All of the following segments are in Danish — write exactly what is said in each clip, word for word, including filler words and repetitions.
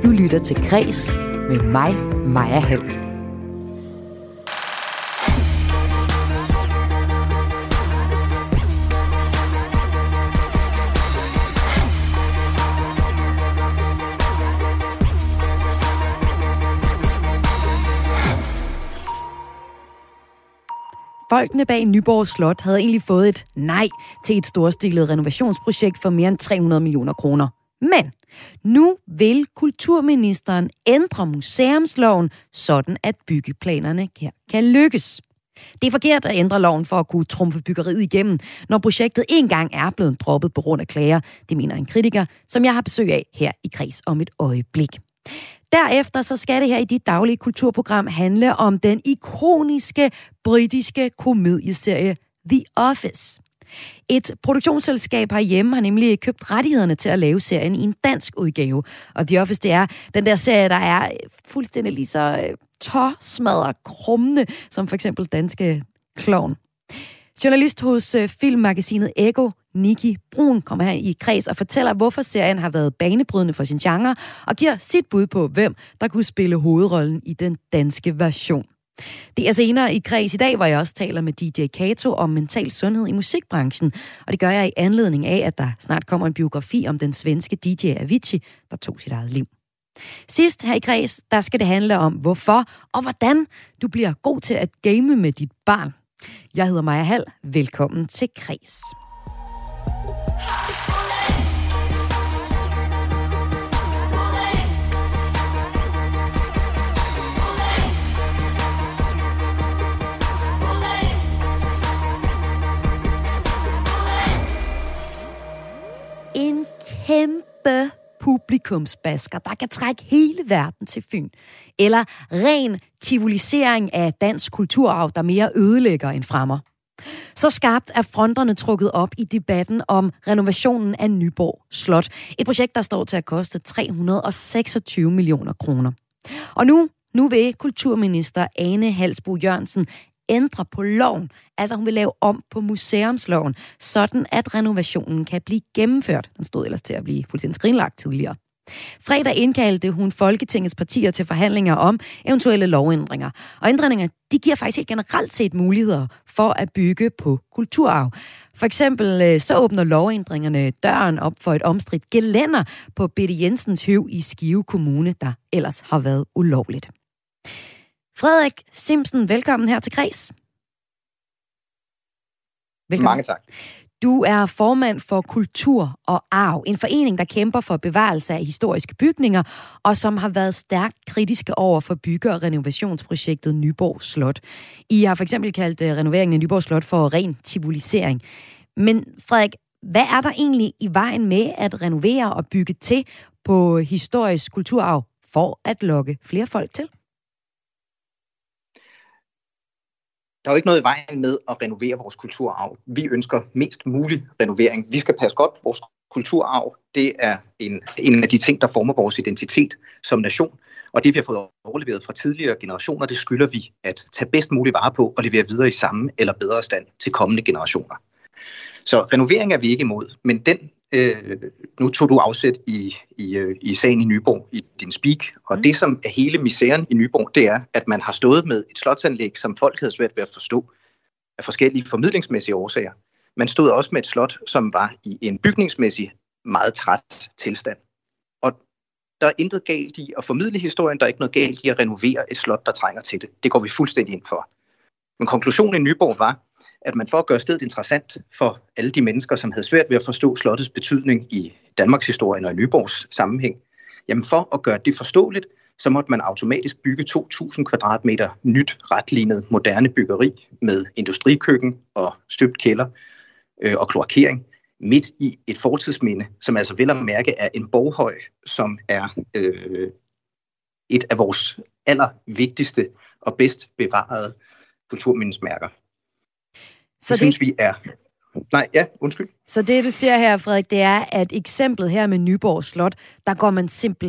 Du lytter til Kres med mig, Maja Hall. Folkene bag Nyborg Slot havde egentlig fået et nej til et storstilet renovationsprojekt for mere end tre hundrede millioner kroner. Men nu vil kulturministeren ændre museumsloven, sådan at byggeplanerne kan lykkes. Det er forkert at ændre loven for at kunne trumfe byggeriet igennem, når projektet engang er blevet droppet på grund af klager. Det mener en kritiker, som jeg har besøg af her i Kres om et øjeblik. Derefter så skal det her i dit daglige kulturprogram handle om den ikoniske britiske komedieserie The Office. Et produktionsselskab herhjemme har nemlig købt rettighederne til at lave serien i en dansk udgave. Og The Office, det er den der serie, der er fuldstændig lige så tårsmadret krummende som for eksempel danske Klovn. Journalist hos filmmagasinet Ego, Nikki Brun, kommer her i Kres og fortæller, hvorfor serien har været banebrydende for sin genre, og giver sit bud på, hvem der kunne spille hovedrollen i den danske version. Det er senere i Kres i dag, hvor jeg også taler med D J Kato om mental sundhed i musikbranchen, og det gør jeg i anledning af, at der snart kommer en biografi om den svenske D J Avicii, der tog sit eget liv. Sidst her i Kres, der skal det handle om, hvorfor og hvordan du bliver god til at game med dit barn. Jeg hedder Maja Hall. Velkommen til Kres. En kæmpe publikumsbasker, der kan trække hele verden til Fyn. Eller ren tivolisering af dansk kulturarv, der mere ødelægger end fremmer. Så skarpt er fronterne trukket op i debatten om renovationen af Nyborg Slot. Et projekt, der står til at koste tre hundrede og seksogtyve millioner kroner. Og nu, nu vil kulturminister Ane Halsboe-Jørgensen ændre på loven. Altså hun vil lave om på museumsloven, sådan at renovationen kan blive gennemført. Den stod ellers til at blive fuldstændig skrinlagt tidligere. Fredag indkaldte hun Folketingets partier til forhandlinger om eventuelle lovændringer. Og ændringer, de giver faktisk helt generelt set muligheder for at bygge på kulturarv. For eksempel så åbner lovændringerne døren op for et omstridt gelænder på Bette Jensens Høv i Skive Kommune, der ellers har været ulovligt. Frederik Simsen, velkommen her til Kres. Velkommen. Mange tak. Du er formand for Kultur og Arv, en forening, der kæmper for bevarelse af historiske bygninger, og som har været stærkt kritiske over for bygge- og renovationsprojektet Nyborg Slot. I har for eksempel kaldt renoveringen af Nyborg Slot for ren tivolisering. Men Frederik, hvad er der egentlig i vejen med at renovere og bygge til på historisk kulturarv for at lokke flere folk til? Der er jo ikke noget i vejen med at renovere vores kulturarv. Vi ønsker mest mulig renovering. Vi skal passe godt på vores kulturarv. Det er en, en af de ting, der former vores identitet som nation. Og det, vi har fået overleveret fra tidligere generationer, det skylder vi at tage bedst muligt vare på og levere videre i samme eller bedre stand til kommende generationer. Så renovering er vi ikke imod, men den, øh, nu tog du afsæt i, i, i sagen i Nyborg i din speak, og mm. det som er hele misæren i Nyborg, det er, at man har stået med et slotsanlæg, som folk havde svært ved at forstå af forskellige formidlingsmæssige årsager. Man stod også med et slot, som var i en bygningsmæssig meget træt tilstand. Og der er intet galt i at formidle historien, der er ikke noget galt i at renovere et slot, der trænger til det. Det går vi fuldstændig ind for. Men konklusionen i Nyborg var, at man for at gøre stedet interessant for alle de mennesker, som havde svært ved at forstå slottets betydning i Danmarks historie og i Nyborgs sammenhæng, jamen for at gøre det forståeligt, så måtte man automatisk bygge to tusind kvadratmeter nyt retlignet moderne byggeri med industrikøkken og støbt kælder øh, og kloakering midt i et fortidsminde, som altså vel at mærke er en borghøj, som er øh, et af vores allervigtigste og bedst bevarede kulturmindesmærker. Så det, det synes vi er... Nej, ja, undskyld. Så det, du siger her, Frederik, det er, at eksemplet her med Nyborg Slot, der går man simpelthen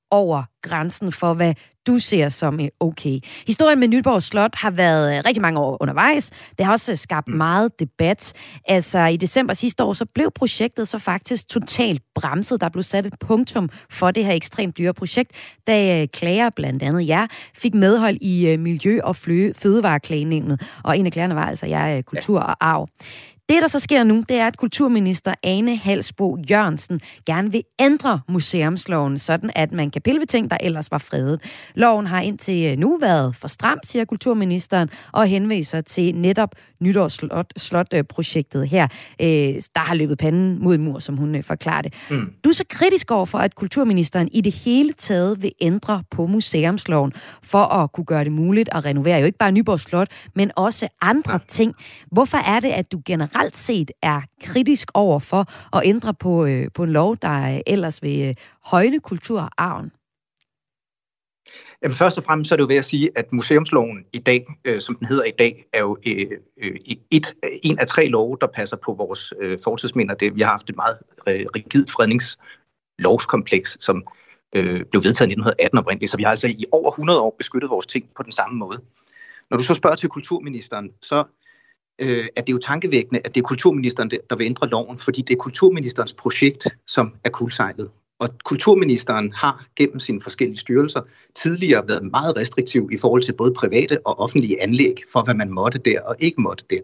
over grænsen for, hvad du ser som okay. Historien med Nyborg Slot har været rigtig mange år undervejs. Det har også skabt meget debat. Altså i december sidste år, så blev projektet så faktisk totalt bremset. Der blev sat et punktum for det her ekstremt dyre projekt, da klager blandt andet jer fik medhold i Miljø- og Fødevareklagenævnet. Og en af klagerne var altså jeg, Kultur og Arv. Det, der så sker nu, det er, at kulturminister Ane Halsboe Jørgensen gerne vil ændre museumsloven, sådan at man kan pille ved ting, der ellers var fredet. Loven har indtil nu været for stram, siger kulturministeren, og henviser til netop Nytårsslot-projektet her, der har løbet panden mod mur, som hun forklarer det. Mm. Du er så kritisk over for, at kulturministeren i det hele taget vil ændre på museumsloven, for at kunne gøre det muligt at renovere jo ikke bare Nyborg Slot, men også andre ting. Hvorfor er det, at du generelt generelt set er kritisk over for at ændre på, øh, på en lov, der ellers vil øh, højne kulturarven? Jamen, først og fremmest så er det jo ved at sige, at museumsloven i dag, øh, som den hedder i dag, er jo øh, øh, et, en af tre love, der passer på vores øh, fortidsminder. Det, vi har haft et meget øh, rigidt fredningslovskompleks, som øh, blev vedtaget i nitten atten oprindeligt, så vi har altså i over hundrede år beskyttet vores ting på den samme måde. Når du så spørger til kulturministeren, så øh, er det jo tankevækkende, at det er kulturministeren, der vil ændre loven, fordi det er kulturministerens projekt, som er kuldsejlet. Og kulturministeren har gennem sine forskellige styrelser tidligere været meget restriktiv i forhold til både private og offentlige anlæg for, hvad man måtte der og ikke måtte der.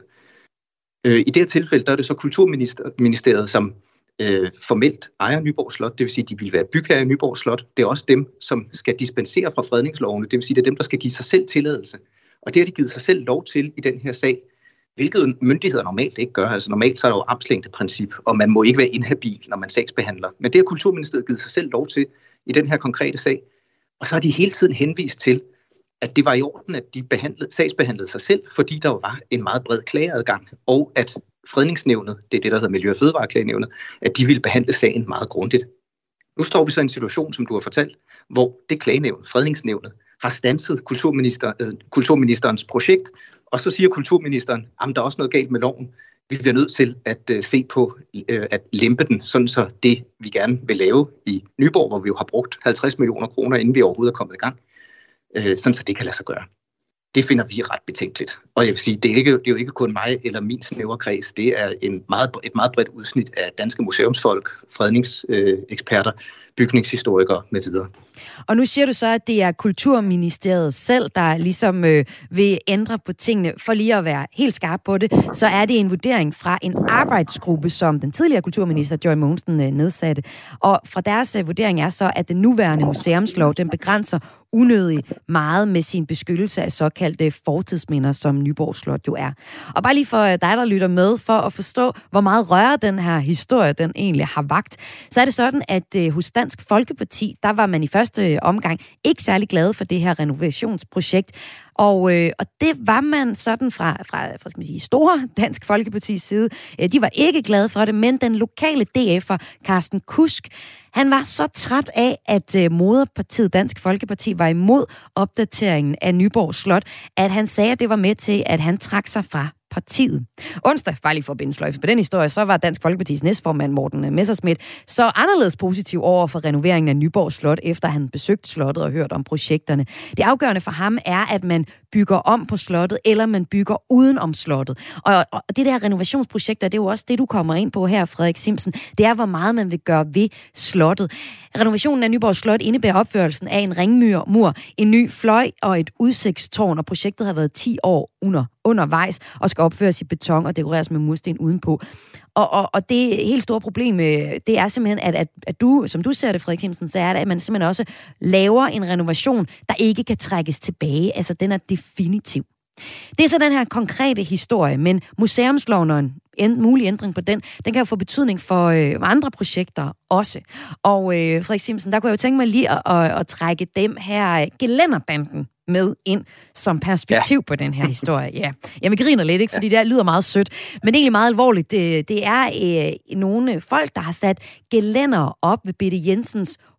Øh, I det her tilfælde, der er det så Kulturministeriet, som øh, formelt ejer Nyborg Slot, det vil sige, at de vil være bygherre i Nyborg Slot. Det er også dem, som skal dispensere fra fredningslovene, det vil sige, det er dem, der skal give sig selv tilladelse. Og det har de givet sig selv lov til i den her sag, hvilket myndigheder normalt ikke gør. Altså normalt så er der jo armslængdeprincip, og man må ikke være inhabil, når man sagsbehandler. Men det har Kulturministeriet givet sig selv lov til i den her konkrete sag. Og så har de hele tiden henvist til, at det var i orden, at de behandlede, sagsbehandlede sig selv, fordi der var en meget bred klageadgang, og at fredningsnævnet, det er det, der hedder Miljø- og Fødevareklagenævnet, at de ville behandle sagen meget grundigt. Nu står vi så i en situation, som du har fortalt, hvor det klagenævn, fredningsnævnet, har standset kulturminister, altså kulturministerens projekt, og så siger kulturministeren, at der er også noget galt med loven. Vi bliver nødt til at uh, se på uh, at lempe den, sådan så det, vi gerne vil lave i Nyborg, hvor vi jo har brugt halvtreds millioner kroner, inden vi overhovedet er kommet i gang, uh, sådan så det kan lade sig gøre. Det finder vi ret betænkeligt. Og jeg vil sige, det er, ikke, det er jo ikke kun mig eller min snævre kreds. Det er en meget, et meget bredt udsnit af danske museumsfolk, fredningseksperter, bygningshistorikere med videre. Og nu siger du så, at det er Kulturministeriet selv, der ligesom øh, vil ændre på tingene. For lige at være helt skarp på det, så er det en vurdering fra en arbejdsgruppe, som den tidligere kulturminister Joy Mogensen øh, nedsatte. Og fra deres øh, vurdering er så, at den nuværende museumslov, den begrænser unødigt meget med sin beskyttelse af såkaldte fortidsminder, som Nyborg Slot jo er. Og bare lige for dig, der lytter med, for at forstå, hvor meget røre den her historie, den egentlig har vakt, så er det sådan, at øh, hos Dansk Folkeparti, der var man i første omgang ikke særlig glad for det her renovationsprojekt. Og, øh, og det var man sådan fra, fra, fra skal man sige, store Dansk Folkepartis side. De var ikke glade for det, men den lokale D F'er, Carsten Kusk, han var så træt af, at øh, moderpartiet Dansk Folkeparti var imod opdateringen af Nyborg Slot, at han sagde, at det var med til, at han trak sig fra partiet. Onsdag, bare lige for at binde sløjfe på den historie, så var Dansk Folkepartis næstformand Morten Messerschmidt så anderledes positiv over for renoveringen af Nyborg Slot, efter han besøgte slottet og hørt om projekterne. Det afgørende for ham er, at man bygger om på slottet, eller man bygger uden om slottet. Og, og det der renovationsprojekter, det er jo også det, du kommer ind på her, Frederik Simsen. Det er, hvor meget man vil gøre ved slottet. Renovationen af Nyborg Slot indebærer opførelsen af en ringmur, en ny fløj og et udsigtstårn, og projektet har været ti år under, undervejs og skal opføres i beton og dekoreres med mursten udenpå. Og, og, og det helt store problem, det er simpelthen, at, at, at du, som du ser det, Frederik Simsen, så er det, at man simpelthen også laver en renovation, der ikke kan trækkes tilbage. Altså, den er definitiv. Det er så den her konkrete historie, men museumsloven og en en mulig ændring på den, den kan jo få betydning for øh, andre projekter også. Og øh, Frederik Simsen, der kunne jeg jo tænke mig lige at, at, at trække dem her gelænderbanden med ind som perspektiv ja. på den her historie. Ja. Jamen griner lidt, ikke? Fordi det lyder meget sødt, men det er egentlig meget alvorligt. Det, det er øh, nogle folk, der har sat gelænder op ved Bette Jensens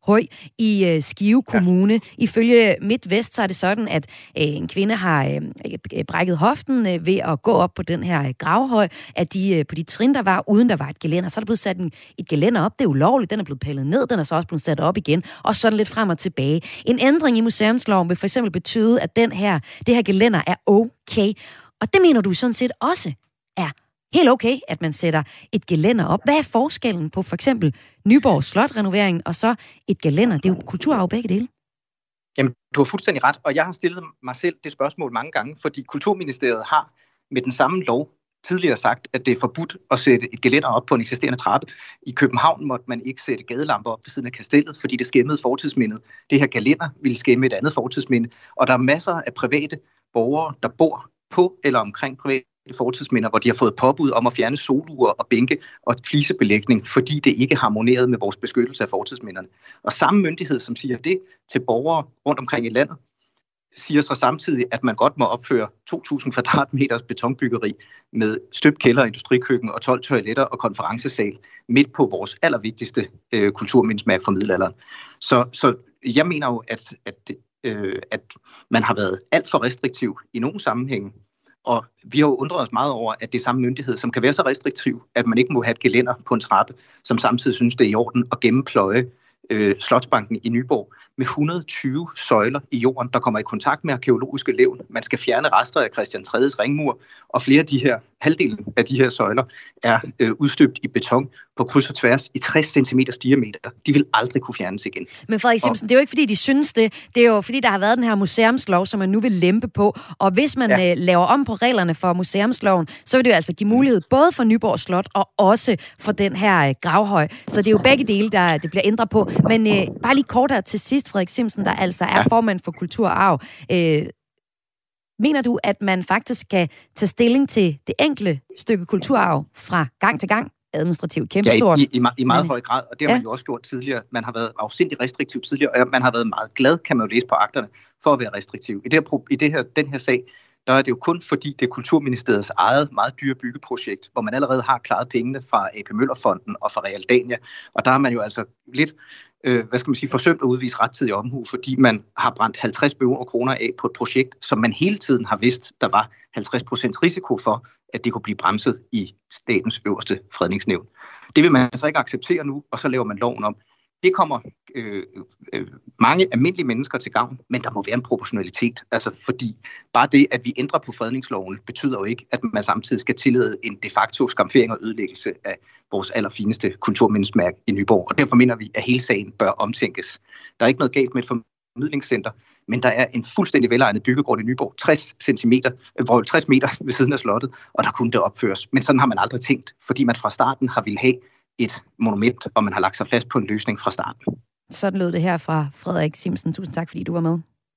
Høj i øh, Skive Kommune. Ja. Ifølge MidtVest, så er det sådan, at øh, en kvinde har øh, brækket hoften øh, ved at gå op på den her øh, gravhøj, at de øh, på de trin, der var, uden der var et gelænder. Så er der blevet sat en, et gelænder op. Det er ulovligt. Den er blevet pillet ned. Den er så også blevet sat op igen. Og sådan lidt frem og tilbage. En ændring i museumsloven vil for eksempel betyde, at den her, det her gelænder er okay. Og det mener du sådan set også er helt okay, at man sætter et gelænder op. Hvad er forskellen på for eksempel Nyborg Slot-renoveringen og så et gelænder? Det er jo kulturarv begge dele. Jamen, du har fuldstændig ret, og jeg har stillet mig selv det spørgsmål mange gange, fordi Kulturministeriet har med den samme lov tidligere sagt, at det er forbudt at sætte et gelænder op på en eksisterende trappe. I København måtte man ikke sætte gadelamper op ved siden af kastellet, fordi det skæmmede fortidsmindet. Det her gelænder ville skæmme et andet fortidsminde, og der er masser af private borgere, der bor på eller omkring private fortidsminder, hvor de har fået påbud om at fjerne soluer og bænke og flisebelægning, fordi det ikke harmonerede med vores beskyttelse af fortidsminderne. Og samme myndighed, som siger det til borgere rundt omkring i landet, siger så samtidig, at man godt må opføre to tusind kvadratmeters betonbyggeri med støbt kælder, industrikøkken og tolv toiletter og konferencesal midt på vores allervigtigste øh, kulturmindesmærke fra middelalderen. Så, så jeg mener jo, at, at, øh, at man har været alt for restriktiv i nogle sammenhænge. Og vi har jo undret os meget over, at det er samme myndighed, som kan være så restriktiv, at man ikke må have et gelænder på en trappe, som samtidig synes, det er i orden at gennempløje øh, Slotsbanken i Nyborg med et hundrede og tyve søjler i jorden, der kommer i kontakt med arkæologiske levn. Man skal fjerne rester af Christian den tredjes ringmur, og flere af de her, halvdelen af de her søjler er øh, udstøbt i beton på kryds og tværs i tres centimeter diameter. De vil aldrig kunne fjernes igen. Men Frederik Simsen, og det er jo ikke fordi, de synes det. Det er jo fordi, der har været den her museumslov, som man nu vil lempe på. Og hvis man ja. øh, laver om på reglerne for museumsloven, så vil det jo altså give mulighed både for Nyborg Slot og også for den her øh, gravhøj. Så det er jo begge dele, der det bliver ændret på. Men øh, bare lige kort her til sidst, Frederik Simsen, der altså er ja. formand for Kulturarv. Øh, mener du, at man faktisk kan tage stilling til det enkelte stykke kulturarv fra gang til gang? Administrativt kæmpestort. Ja, i, i, i, i meget høj grad, og det har ja. man jo også gjort tidligere. Man har været afsindig restriktiv tidligere, og man har været meget glad, kan man jo læse på akterne, for at være restriktiv. I, det her, i det her, den her sag, der er det jo kun fordi, det er Kulturministeriets eget meget dyre byggeprojekt, hvor man allerede har klaret pengene fra A P Møller-fonden og fra Realdania, og der har man jo altså lidt øh, hvad skal man sige, forsømt at udvise rettidig omhu, fordi man har brændt halvtreds millioner kroner af på et projekt, som man hele tiden har vidst, der var halvtreds procent risiko for, at det kunne blive bremset i statens øverste fredningsnævn. Det vil man altså ikke acceptere nu, og så laver man loven om. Det kommer øh, øh, mange almindelige mennesker til gavn, men der må være en proportionalitet. Altså fordi bare det, at vi ændrer på fredningsloven, betyder jo ikke, at man samtidig skal tillade en de facto skamfering og ødelæggelse af vores allerfineste kulturmindesmærke i Nyborg. Og derfor mener vi, at hele sagen bør omtænkes. Der er ikke noget galt med et formidlingscenter, men der er en fuldstændig velegnet byggegård i Nyborg, tres centimeter, hvor tres meter ved siden af slottet, og der kunne det opføres. Men sådan har man aldrig tænkt, fordi man fra starten har ville have et monument, og man har lagt sig fast på en løsning fra starten. Sådan lød det her fra Frederik Simsen. Tusind tak, fordi du var med.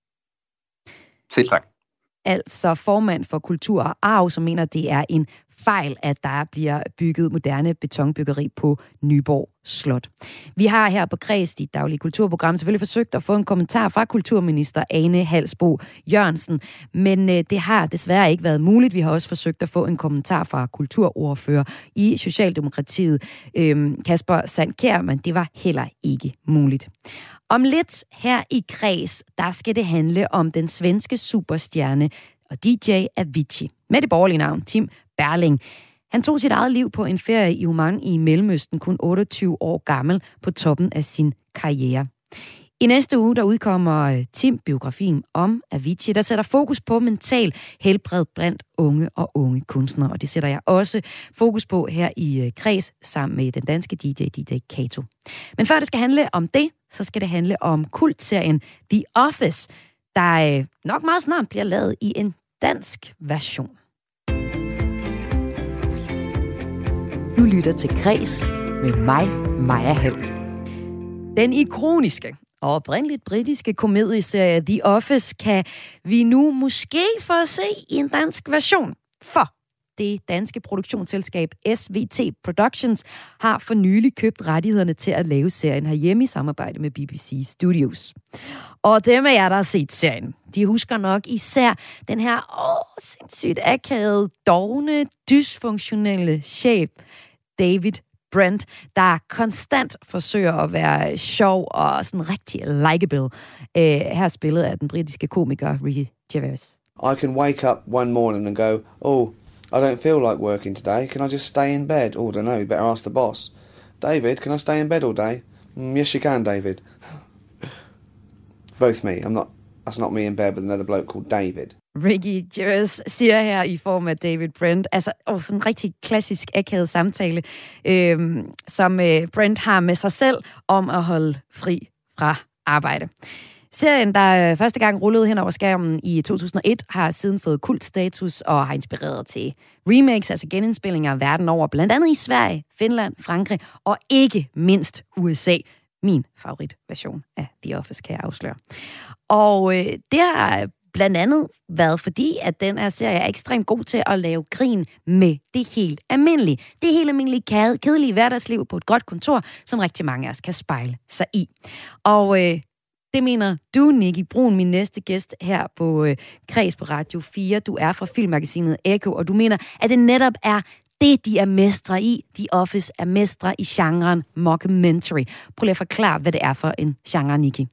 Selv tak. Altså formand for Kulturarv, som mener, det er en fejl, at der bliver bygget moderne betonbyggeri på Nyborg Slot. Vi har her på Kreds, dit daglige kulturprogram, selvfølgelig forsøgt at få en kommentar fra kulturminister Ane Halsboe Jørgensen, men øh, det har desværre ikke været muligt. Vi har også forsøgt at få en kommentar fra kulturordfører i Socialdemokratiet, øh, Kasper Sandkjær, men det var heller ikke muligt. Om lidt her i Kreds, der skal det handle om den svenske superstjerne og D J Avicii med det borgerlige navn Tim Berling. Han tog sit eget liv på en ferie i Oman i Mellemøsten, kun otteogtyve år gammel, på toppen af sin karriere. I næste uge, der udkommer Tim biografien om Avicii, der sætter fokus på mental helbred blandt unge og unge kunstnere, og det sætter jeg også fokus på her i Kreds sammen med den danske D J, D J Kato. Men før det skal handle om det, så skal det handle om kultserien The Office, der nok meget snart bliver lavet i en dansk version. Du lytter til Kreds med mig, Maja Hall. Den ikoniske og oprindeligt britiske komedieserie The Office kan vi nu måske få at se i en dansk version. For det danske produktionsselskab S V T Productions har for nylig købt rettighederne til at lave serien herhjemme i samarbejde med B B C Studios. Og dem af jer, der har set serien, de husker nok især den her åh, sindssygt akavede, dovne, dysfunktionelle chef, David Brent, der konstant forsøger at være sjov og sådan rigtig likeable. Øh, her spillet af den britiske komiker Ricky Gervais. I can wake up one morning and go, oh, I don't feel like working today. Can I just stay in bed? Oh, I don't know, you better ask the boss. David, can I stay in bed all day? Mm, yes, you can, David. Both me. I'm not. That's not me in bed with another bloke called David. Ricky Gervais siger her i form af David Brent, altså oh, sådan en rigtig klassisk akavet samtale, øh, som øh, Brent har med sig selv om at holde fri fra arbejde. Serien, der første gang rullede hen over skærmen i to tusind og et, har siden fået kultstatus og har inspireret til remakes, altså genindspillinger verden over, blandt andet i Sverige, Finland, Frankrig og ikke mindst U S A. Min favoritversion af The Office, kan jeg afsløre. Og øh, det har blandt andet været fordi, at den her serie er ekstremt god til at lave grin med det helt almindelige. Det helt almindelige, kedelige hverdagsliv på et godt kontor, som rigtig mange af os kan spejle sig i. Og øh, det mener du, Nikki Brun, min næste gæst her på øh, Kreds på Radio fire. Du er fra filmmagasinet Ekko, og du mener, at det netop er det, de er mestre i. The Office er mestre i genren mockumentary. Prøv lige at forklare, hvad det er for en genre, Nikki.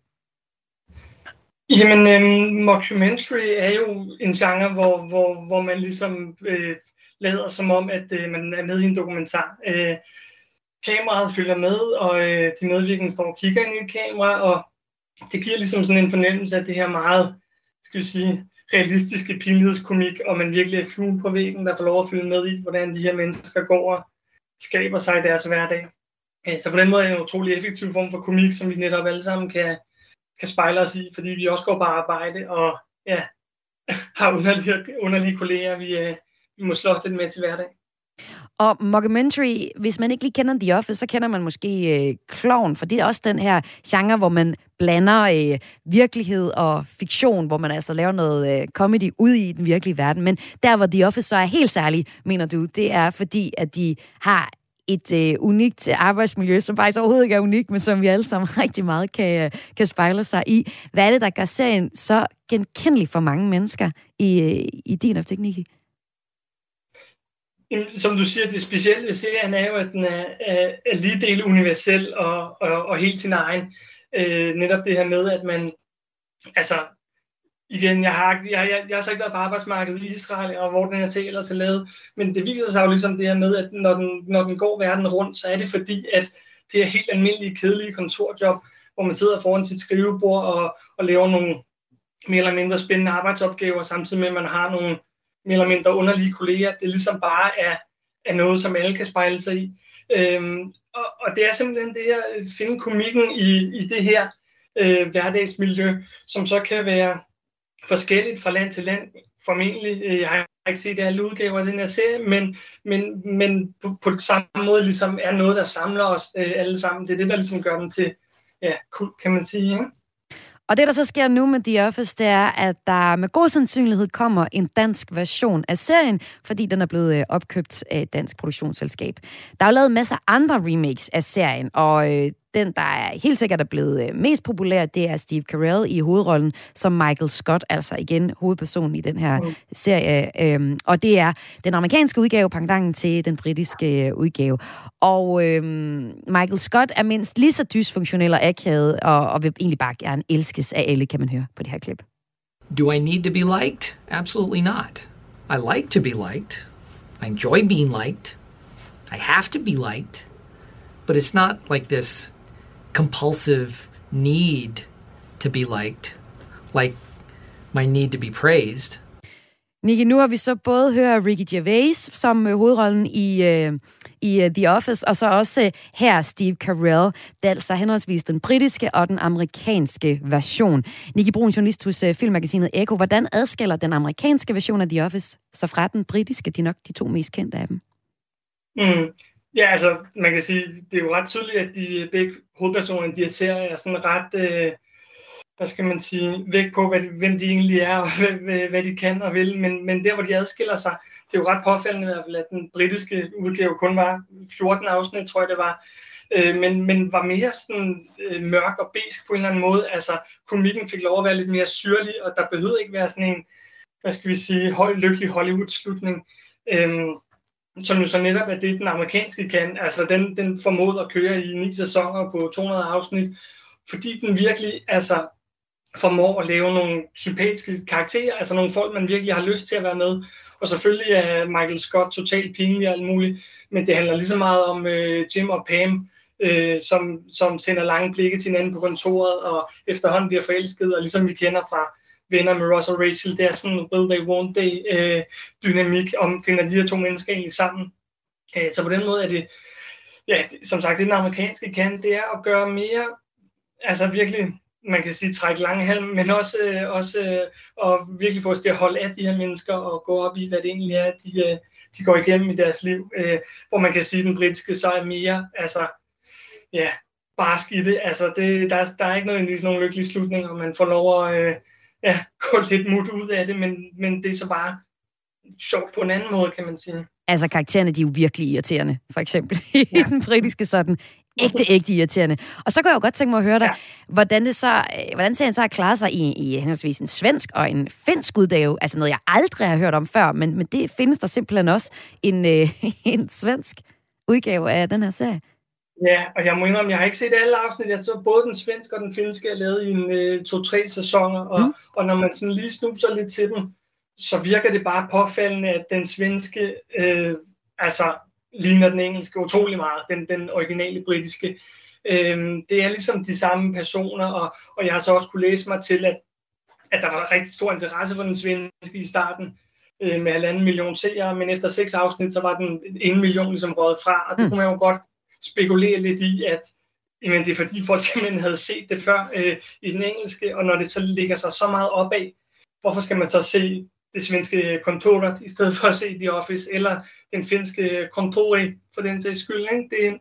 Jamen, øhm, mockumentary er jo en genre, hvor, hvor, hvor man ligesom øh, lader som om, at øh, man er med i en dokumentar. Øh, kameraet følger med, og øh, de medvirkende står og kigger ind i et kamera, og det giver ligesom sådan en fornemmelse af det her meget, skal vi sige, realistiske pinlighedskomik, og man virkelig er fluen på væggen, der får lov at følge med i, hvordan de her mennesker går og skaber sig i deres hverdag. Så på den måde er det en utrolig effektiv form for komik, som vi netop alle sammen kan, kan spejle os i, fordi vi også går på arbejde og ja, har underlige, underlige kolleger, vi, vi må slås lidt med til hverdag. Og mockumentary, hvis man ikke lige kender The Office, så kender man måske øh, Klovn, for det er også den her genre, hvor man blander øh, virkelighed og fiktion, hvor man altså laver noget øh, comedy ud i den virkelige verden. Men der, hvor The Office så er helt særlig, mener du, det er fordi, at de har et øh, unikt arbejdsmiljø, som faktisk overhovedet ikke er unikt, men som vi alle sammen rigtig meget kan, kan spejle sig i. Hvad er det, der gør serien så genkendelig for mange mennesker i, øh, i din optik, Nikki? Som du siger, det specielle ved serien er jo, at den er, er, er lige del universel og, og, og helt sin egen. Øh, netop det her med, at man, altså, igen, jeg har, jeg, jeg, jeg har så ikke været på arbejdsmarkedet i Israel, og hvor den her ting ellers er lavet, men det viser sig jo ligesom det her med, at når den, når den går verden rundt, så er det fordi, at det er helt almindelige, kedelige kontorjob, hvor man sidder foran sit skrivebord og, og laver nogle mere eller mindre spændende arbejdsopgaver, samtidig med, at man har nogle mere eller mindre underlige kolleger. Det ligesom bare er, er noget, som alle kan spejle sig i. Øhm, og, og det er simpelthen det at finde komikken i, i det her øh, hverdagsmiljø, som så kan være forskelligt fra land til land, formentlig. Jeg har ikke set alle udgaver af den her serie, men, men, men på, på samme måde ligesom er noget, der samler os øh, alle sammen. Det er det, der ligesom gør den til, ja, cool, kan man sige, ikke? Og det, der så sker nu med The Office, det er, at der med god sandsynlighed kommer en dansk version af serien, fordi den er blevet opkøbt af et dansk produktionsselskab. Der er jo lavet masser af andre remakes af serien, og øh, den, der er helt sikkert er blevet mest populær, det er Steve Carell i hovedrollen som Michael Scott, altså igen hovedpersonen i den her mm. serie. Øhm, og det er den amerikanske udgave, pendant til den britiske udgave. Og øhm, Michael Scott er mindst lige så dysfunktionel og akavet, og, og vil egentlig bare gerne elskes af alle, kan man høre på det her klip. Do I need to be liked? Absolutely not. I like to be liked. I enjoy being liked. I have to be liked. But it's not like this compulsive need to be liked, like my need to be praised. Nikki, nu har vi så både hørt Ricky Gervais som uh, hovedrollen i, uh, i uh, The Office, og så også uh, her Steve Carell, det er altså henholdsvis den britiske og den amerikanske version. Nikki Brun, journalist hos uh, filmmagasinet Ekko. Hvordan adskiller den amerikanske version af The Office så fra den britiske? De er nok de to mest kendte af dem. Mm. Ja, altså, man kan sige, det er jo ret tydeligt, at de begge hovedpersoner i de her serier er sådan ret, øh, hvad skal man sige, væk på, hvad, hvem de egentlig er, og hvad, hvad de kan og vil. Men, men der, hvor de adskiller sig, det er jo ret påfaldende i hvert fald, at den britiske udgave kun var fjorten afsnit, tror jeg det var, øh, men, men var mere sådan øh, mørk og besk på en eller anden måde. Altså, komikken fik lov at være lidt mere syrlig, og der behøvede ikke være sådan en, hvad skal vi sige, høj, lykkelig Hollywood-slutning. Øh, som jo så netop er det, den amerikanske kan. Altså, den, den formåede at køre i ni sæsoner på to hundrede afsnit, fordi den virkelig altså, formår at lave nogle sympatiske karakterer, altså nogle folk, man virkelig har lyst til at være med. Og selvfølgelig er Michael Scott totalt pinlig og alt muligt, men det handler lige så meget om øh, Jim og Pam, øh, som, som sender lange blikke til hinanden på kontoret, og efterhånden bliver forelsket, og ligesom vi kender fra Venner med Ross og Rachel, det er sådan en will they, won't they øh, dynamik, om finder de her to mennesker egentlig sammen. Øh, så på den måde er det, ja, som sagt, det den amerikanske kan, det er at gøre mere, altså virkelig, man kan sige, trække lange halm, men også, øh, også øh, og virkelig få os til at holde af de her mennesker og gå op i, hvad det egentlig er, de, øh, de går igennem i deres liv. Øh, hvor man kan sige, at den britiske så er mere, altså, ja, barsk i det. Altså, det, der, der er ikke nødvendigvis nogen lykkelig slutning, og man får lov at øh, ja, gå lidt mut ud af det, men, men det er så bare sjovt på en anden måde, kan man sige. Altså, karaktererne, de er jo virkelig irriterende, for eksempel, i ja. den britiske sådan. Ægte, ægte irriterende. Og så kan jeg jo godt tænke mig at høre dig, ja. hvordan, det så, hvordan serien så har klaret sig i, i henholdsvis en svensk og en finsk udgave. Altså noget, jeg aldrig har hørt om før, men, men det findes der simpelthen også en, øh, en svensk udgave af den her serie. Ja, og jeg må indrømme, jeg har ikke set alle afsnit. Jeg så både den svenske og den finske er lavet i en øh, to-tre sæsoner, og, mm. og når man sådan lige snuser lidt til dem, så virker det bare påfaldende, at den svenske, øh, altså ligner den engelske utrolig meget, den, den originale britiske. Øhm, det er ligesom de samme personer, og, og jeg har så også kunne læse mig til, at, at der var rigtig stor interesse for den svenske i starten, øh, med halvanden million seere, men efter seks afsnit, så var den en million ligesom røget fra, og det kunne man jo godt spekulere lidt i, at jamen, det er fordi folk simpelthen havde set det før øh, i den engelske, og når det så ligger sig så meget opad, hvorfor skal man så se det svenske kontoret, i stedet for at se The Office, eller den finske kontoret, for den sags skyld. Ikke? Det,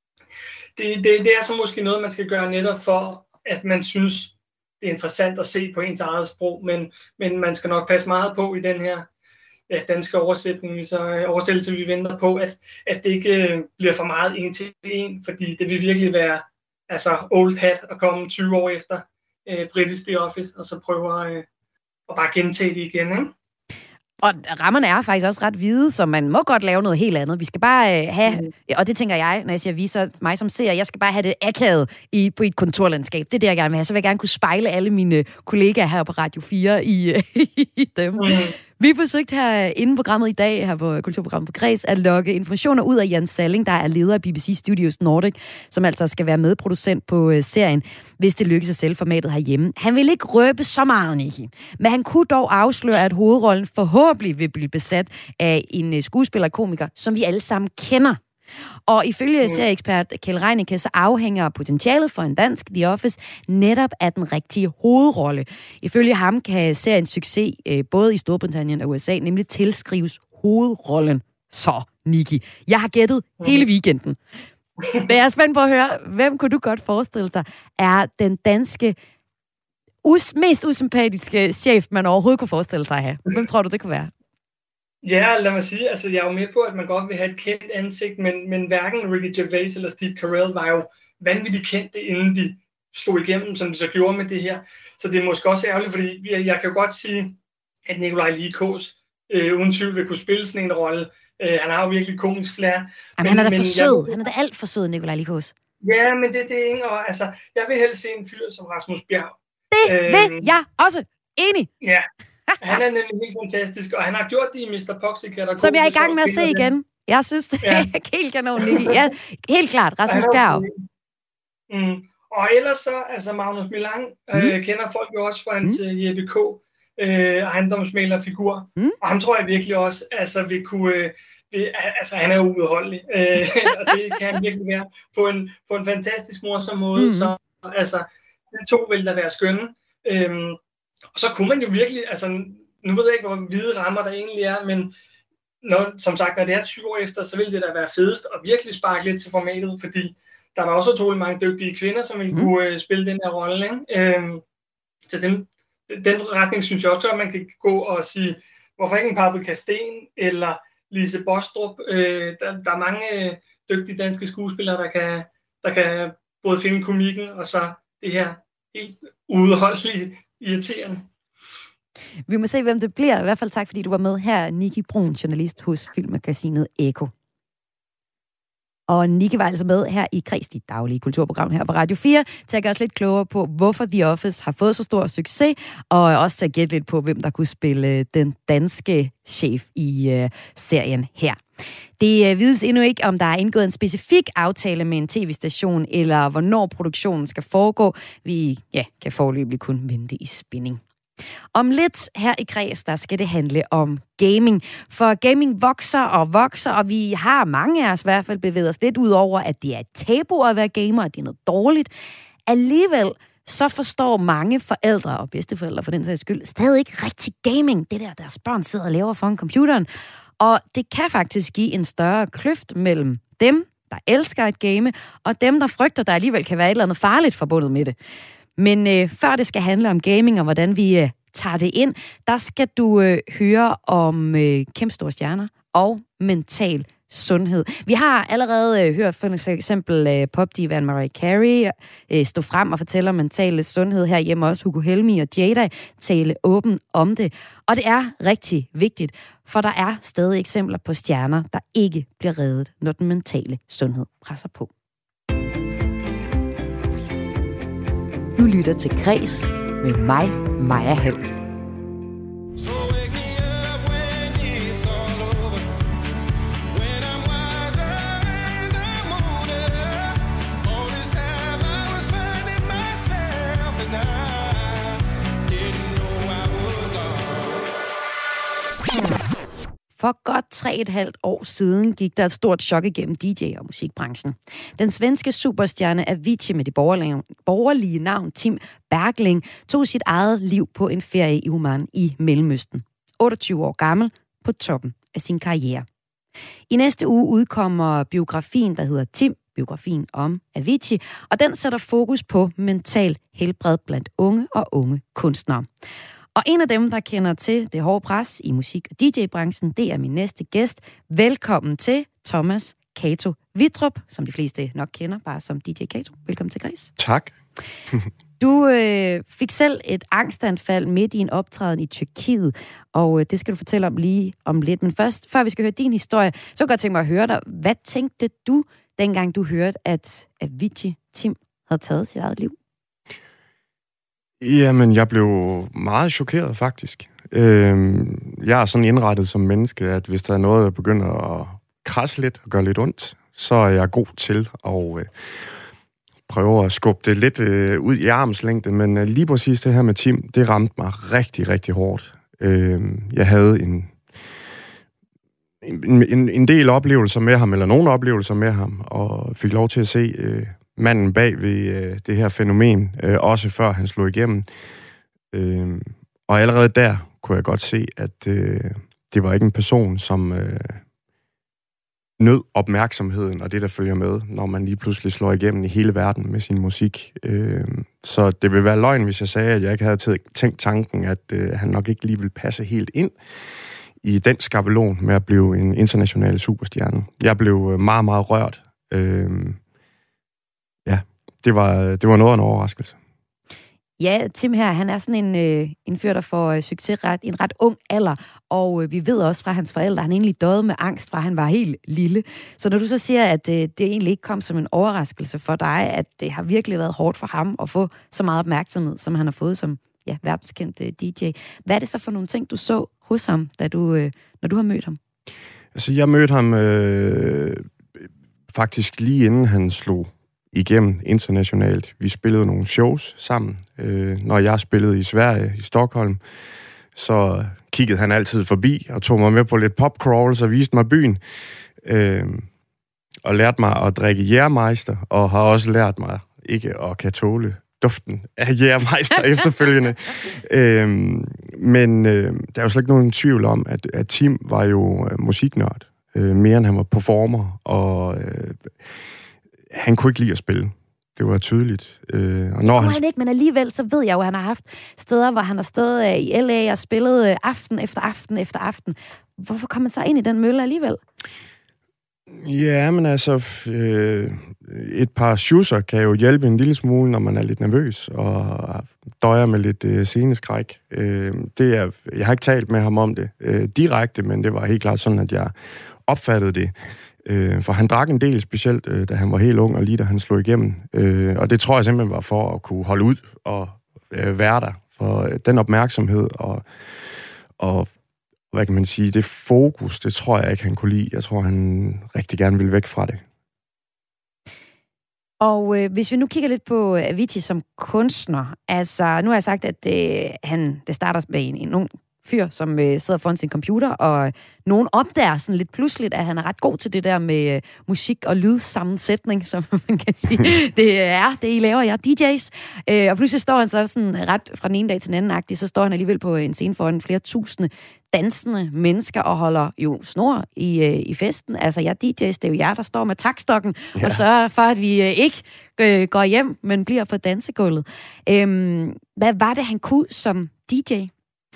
det, det, det er så måske noget, man skal gøre netop for, at man synes, det er interessant at se på ens eget sprog, men, men man skal nok passe meget på i den her ja, danske oversætning, så oversættelse vi venter på, at, at det ikke bliver for meget en til en, fordi det vil virkelig være altså old hat at komme tyve år efter øh, britisk The Office, og så prøve øh, at bare gentage det igen, ikke? Og rammerne er faktisk også ret hvide, så man må godt lave noget helt andet. Vi skal bare øh, have, mm. og det tænker jeg, når jeg siger viser mig som seer, jeg skal bare have det akavet i, på et kontorlandskab. Det er det, jeg gerne vil have. Så vil jeg gerne kunne spejle alle mine kollegaer her på Radio fire i, i dem. Mm. Vi forsøgte her inden programmet i dag, her på Kulturprogrammet på Græs, at lokke informationer ud af Jan Salling, der er leder af B B C Studios Nordic, som altså skal være medproducent på uh, serien, hvis det lykkes at sælge formatet herhjemme. Han vil ikke røbe så meget, Nikki, men han kunne dog afsløre, at hovedrollen forhåbentlig vil blive besat af en uh, skuespiller og komiker, som vi alle sammen kender. Og ifølge serieekspert Kjell Reinicke, så afhænger potentialet for en dansk The Office netop af den rigtige hovedrolle. Ifølge ham kan seriens succes øh, både i Storbritannien og U S A nemlig tilskrives hovedrollen. Så, Nikki, jeg har gættet hele weekenden. Men jeg er spændt på at høre, hvem kunne du godt forestille dig er den danske us- mest usympatiske chef, man overhovedet kunne forestille sig at have? Hvem tror du, det kunne være? Ja, lad mig sige, altså jeg er jo med på, at man godt vil have et kendt ansigt, men, men hverken Ricky Gervais eller Steve Carell var jo vanvittigt kendte, inden de slog igennem, som de så gjorde med det her. Så det er måske også ærgerligt, fordi jeg, jeg kan jo godt sige, at Nikolaj Likås øh, uden tvivl vil kunne spille sådan en rolle. Øh, han har jo virkelig komisk flair. Jamen, men, han er da for sød. Jeg, han er da alt for sød, Nikolaj Likås. Ja, men det, det er ikke, og altså, jeg vil helst se en fyr som Rasmus Bjerg. Det øh, vil jeg også. Enig. Ja. Han er nemlig helt fantastisk, og han har gjort det i mister Poxycat. Som jeg er i gang med at se igen. Jeg synes, det er ja. helt kanon, Nikki. Ja, helt klart, Rasmus Bjerg. Mm. Og ellers så, altså Magnus Milang, mm. øh, kender folk jo også fra hans mm. Jeppe K. Øh, ejendomsmæglerfigur. Mm. Og ham tror jeg virkelig også, altså vil kunne, øh, vil, altså han er jo uudholdelig. Øh, og det kan han virkelig være på en, på en fantastisk morsom måde. Mm. Så altså, de to vil da være skønne. Øhm, Og så kunne man jo virkelig, altså nu ved jeg ikke, hvor hvide rammer der egentlig er, men når, som sagt, når det er tyve år efter, så vil det da være fedest at virkelig sparke lidt til formatet, fordi der er også utrolig mange dygtige kvinder, som vil kunne mm. uh, spille den her rolle. Ikke? Øhm, så den, den retning synes jeg også, at man kan gå og sige, hvorfor ikke en Paprika Sten eller Lise Bostrup? Øh, der, der er mange øh, dygtige danske skuespillere, der kan, der kan både finde komikken og så det her helt udholdelige irriterende. Vi må se, hvem det bliver. I hvert fald tak, fordi du var med her, Nikki Brun, journalist hos filmmagasinet Eko. Og Nikki var altså med her i Kres, dit daglige kulturprogram her på Radio fire, til at gøre os lidt klogere på, hvorfor The Office har fået så stor succes, og også til at gætte lidt på, hvem der kunne spille den danske chef i øh, serien her. Det øh, vides endnu ikke, om der er indgået en specifik aftale med en tv-station, eller hvornår produktionen skal foregå. Vi ja, kan foreløbig kun vente i spænding. Om lidt her i Græs, der skal det handle om gaming. For gaming vokser og vokser, og vi har mange af os i hvert fald bevæget os lidt ud over, at det er et tabu at være gamer, og det er noget dårligt. Alligevel så forstår mange forældre og bedsteforældre for den sags skyld stadig ikke rigtig gaming. Det der, deres børn sidder og laver foran computeren. Og det kan faktisk give en større kløft mellem dem, der elsker at game, og dem, der frygter, der alligevel kan være et eller andet farligt forbundet med det. Men øh, før det skal handle om gaming og hvordan vi øh, tager det ind, der skal du øh, høre om øh, kæmpestore stjerner og mental sundhed. Vi har allerede øh, hørt for eksempel øh, popdivaen Mariah Carey øh, stå frem og fortælle om mental sundhed. Herhjemme også Hugo Helmi og Jada tale åbent om det. Og det er rigtig vigtigt, for der er stadig eksempler på stjerner, der ikke bliver reddet, når den mentale sundhed presser på. Du lytter til Græs med mig, Maja Hall. For godt tre og et halvt år siden gik der et stort chok igennem D J- og musikbranchen. Den svenske superstjerne Avicii med det borgerlige navn Tim Bergling tog sit eget liv på en ferie i Oman i Mellemøsten. otteogtyve år gammel, på toppen af sin karriere. I næste uge udkommer biografien, der hedder Tim, biografien om Avicii, og den sætter fokus på mental helbred blandt unge og unge kunstnere. Og en af dem, der kender til det hårde pres i musik- og D J-branchen, det er min næste gæst. Velkommen til Thomas Kato Wittrup, som de fleste nok kender, bare som D J Kato. Velkommen til Græs. Tak. Du øh, fik selv et angstanfald midt i en optræden i Tyrkiet, og øh, det skal du fortælle om lige om lidt. Men først, før vi skal høre din historie, så kunne jeg godt tænke mig at høre dig. Hvad tænkte du, dengang du hørte, at Avicii Tim havde taget sit eget liv? Jamen, jeg blev meget chokeret, faktisk. Øhm, jeg er sådan indrettet som menneske, at hvis der er noget, der begynder at krasse lidt og gøre lidt ondt, så er jeg god til at øh, prøve at skubbe det lidt øh, ud i armslængde. Men øh, lige præcis det her med Tim, det ramte mig rigtig, rigtig hårdt. Øhm, jeg havde en, en, en, en del oplevelser med ham, eller nogle oplevelser med ham, og fik lov til at se Øh, manden bag ved øh, det her fænomen, øh, også før han slog igennem. Øh, og allerede der kunne jeg godt se, at øh, det var ikke en person, som øh, nød opmærksomheden og det, der følger med, når man lige pludselig slår igennem i hele verden med sin musik. Øh, så det vil være løgn, hvis jeg sagde, at jeg ikke havde tænkt tanken, at øh, han nok ikke lige ville passe helt ind i den skabelon med at blive en international superstjerne. Jeg blev meget, meget rørt. Øh, Ja, det var, det var noget af en overraskelse. Ja, Tim her, han er sådan en, øh, en fyr, der får øh, succes ret, i en ret ung alder, og øh, vi ved også fra hans forældre, at han egentlig døde med angst, fra han var helt lille. Så når du så siger, at øh, det egentlig ikke kom som en overraskelse for dig, at det har virkelig været hårdt for ham at få så meget opmærksomhed, som han har fået som ja, verdenskendt øh, D J. Hvad er det så for nogle ting, du så hos ham, da du, øh, når du har mødt ham? Altså, jeg mødte ham øh, faktisk lige inden han slog igennem internationalt. Vi spillede nogle shows sammen. Øh, når jeg spillede i Sverige, i Stockholm, så kiggede han altid forbi og tog mig med på lidt popcrawls og viste mig byen. Øh, og lærte mig at drikke Jägermeister, og har også lært mig ikke at kan tåle duften af Jägermeister efterfølgende. Øh, men øh, der er jo slet ikke nogen tvivl om, at, at Tim var jo øh, musiknørd. Øh, mere end han var performer, og øh, han kunne ikke lide at spille. Det var tydeligt. Øh, og når han... han... ikke, men alligevel så ved jeg jo, at han har haft steder, hvor han har stået øh, i L A og spillet øh, aften efter aften efter aften. Hvorfor kom man så ind i den mølle alligevel? Ja, men altså, øh, et par schusser kan jo hjælpe en lille smule, når man er lidt nervøs, og døjer med lidt øh, sceneskræk. Øh, det er, jeg har ikke talt med ham om det øh, direkte, men det var helt klart sådan, at jeg opfattede det. Øh, for han drak en del, specielt øh, da han var helt ung, og lige da han slog igennem. Øh, og det tror jeg simpelthen var for at kunne holde ud og øh, være der. For øh, den opmærksomhed og, og, hvad kan man sige, det fokus, det tror jeg ikke, han kunne lide. Jeg tror, han rigtig gerne ville væk fra det. Og øh, hvis vi nu kigger lidt på Avicii som kunstner, altså nu har jeg sagt, at øh, han, det starter med en, en ung fyr, som øh, sidder foran sin computer, og nogen opdager sådan lidt pludseligt, at han er ret god til det der med øh, musik og lydsammensætning, som man kan sige. Det er det, I laver, jeg er D J's. Øh, og pludselig står han så sådan ret fra den ene dag til den anden-agtig, så står han alligevel på en scene foran flere tusinde dansende mennesker og holder jo snor i, øh, i festen. Altså, jeg er D J's, det er jo jer, der står med takstokken ja. og sørger for, at vi øh, ikke øh, går hjem, men bliver på dansegulvet. Øh, hvad var det, han kunne som D J?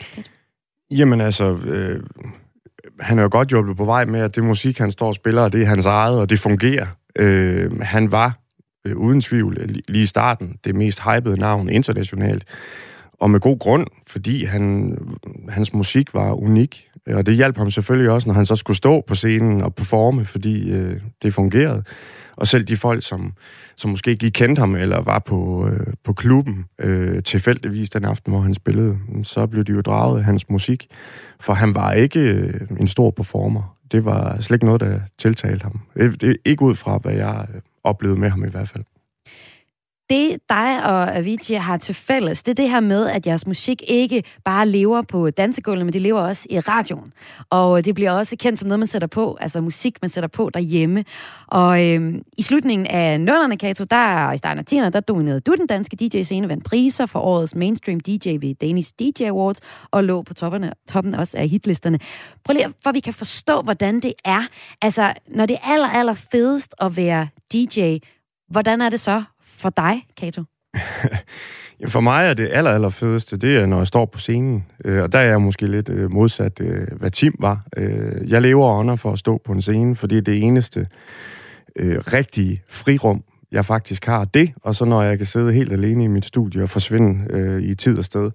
Jamen altså, øh, han er jo godt hjulpet på vej med, at det musik, han står og spiller, det er hans eget, og det fungerer. Øh, han var øh, uden tvivl lige i starten det mest hypede navn internationalt, og med god grund, fordi han, hans musik var unik. Og det hjalp ham selvfølgelig også, når han så skulle stå på scenen og performe, fordi øh, det fungerede. Og selv de folk, som, som måske ikke lige kendte ham, eller var på, øh, på klubben øh, tilfældigvis den aften, hvor han spillede, så blev de jo draget af hans musik. For han var ikke øh, en stor performer. Det var slet ikke noget, der tiltalte ham. Det er ikke ud fra, hvad jeg oplevede med ham i hvert fald. Det, dig og Avicii har til fælles, det er det her med, at jeres musik ikke bare lever på dansegulvet, men det lever også i radioen. Og det bliver også kendt som noget, man sætter på, altså musik, man sætter på derhjemme. Og øhm, i slutningen af nullerne, Kato, der i starten af tierne, der dominerede du den danske D J-scene, vandt priser for årets mainstream D J ved Danish D J Awards, og lå på topperne, toppen også af hitlisterne. Prøv lige, for vi kan forstå, hvordan det er. Altså, når det er aller, aller fedest at være D J, hvordan er det så for dig, Kato? For mig er det aller, aller fedeste, det er, når jeg står på scenen. Og der er jeg måske lidt modsat, hvad Tim var. Jeg lever og ånder for at stå på en scene, fordi det er det eneste rigtige frirum, jeg faktisk har. Det, og så når jeg kan sidde helt alene i mit studie og forsvinde i tid og sted.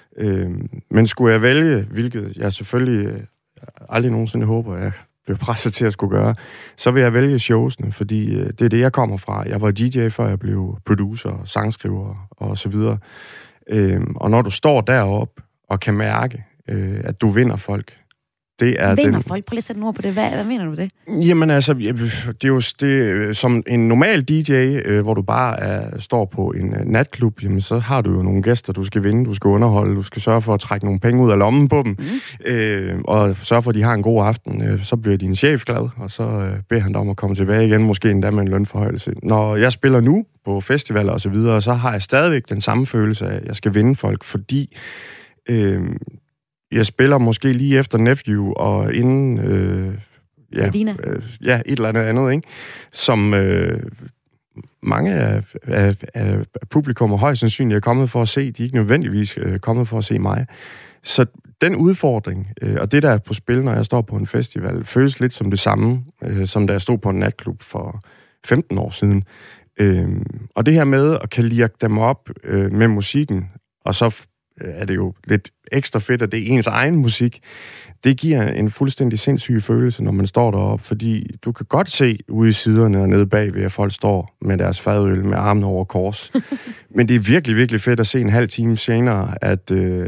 Men skulle jeg vælge, hvilket jeg selvfølgelig aldrig nogensinde håber, jeg blev presset til at skulle gøre, så vil jeg vælge showsene, fordi det er det, jeg kommer fra. Jeg var D J, før jeg blev producer, sangskriver og så videre. Øhm, og når du står deroppe og kan mærke, øh, at du vinder folk, det er vinder den... folk? Prøv lige at sætte ord på det. Hvad, hvad mener du det? Jamen altså, det er jo det, som en normal D J, øh, hvor du bare er, står på en uh, natklub, jamen så har du jo nogle gæster, du skal vinde, du skal underholde, du skal sørge for at trække nogle penge ud af lommen på dem, mm. øh, og sørge for, at de har en god aften. Øh, så bliver din chef glad, og så øh, beder han dig om at komme tilbage igen, måske endda med en lønforhøjelse. Når jeg spiller nu på festivaler og så videre, så har jeg stadigvæk den samme følelse af, at jeg skal vinde folk, fordi... Øh, Jeg spiller måske lige efter Nephew, og inden... Øh, ja, øh, ja, et eller andet andet, ikke? Som øh, mange af, af, af publikum og højst sandsynligt er kommet for at se. De er ikke nødvendigvis øh, kommet for at se mig. Så den udfordring, øh, og det der er på spil, når jeg står på en festival, føles lidt som det samme, øh, som da jeg stod på en natklub for femten år siden. Øh, og det her med at kan lirke dem op øh, med musikken, og så... er det jo lidt ekstra fedt, at det er ens egen musik. Det giver en fuldstændig sindssyg følelse, når man står deroppe, fordi du kan godt se ude i siderne og nede bagved, at folk står med deres fadøl med armene over kors. Men det er virkelig, virkelig fedt at se en halv time senere, at øh,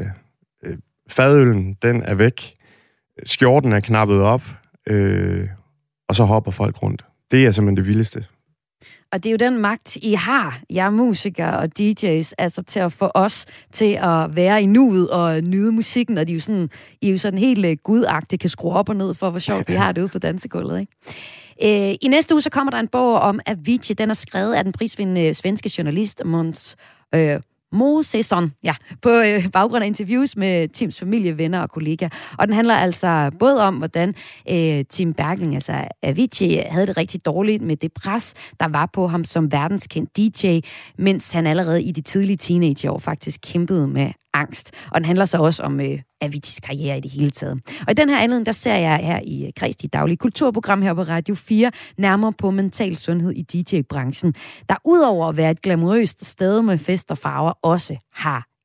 fadølen, den er væk, skjorten er knappet op, øh, og så hopper folk rundt. Det er simpelthen det vildeste. Og det er jo den magt, I har, jer musikere og D J's, altså til at få os til at være i nuet og nyde musikken, og de er jo sådan, I er jo sådan helt uh, gudagtigt kan skrue op og ned for, hvor sjovt vi har det ude på dansegulvet, ikke? Uh, I næste uge så kommer der en bog om Avicii. Den er skrevet af den prisvindende svenske journalist Måns uh, Mosesson, ja, på øh, baggrund af interviews med Tims familie, venner og kollegaer. Og den handler altså både om, hvordan øh, Tim Bergling, altså Avicii, havde det rigtig dårligt med det pres, der var på ham som verdenskendt D J, mens han allerede i de tidlige teenageår faktisk kæmpede med angst. Og den handler så også om øh, Aviciis karriere i det hele taget. Og i den her anledning, der ser jeg her i Kreds, dit daglige kulturprogram her på Radio fire, nærmere på mental sundhed i D J-branchen, der udover at være et glamourøst sted med fest og farver, også har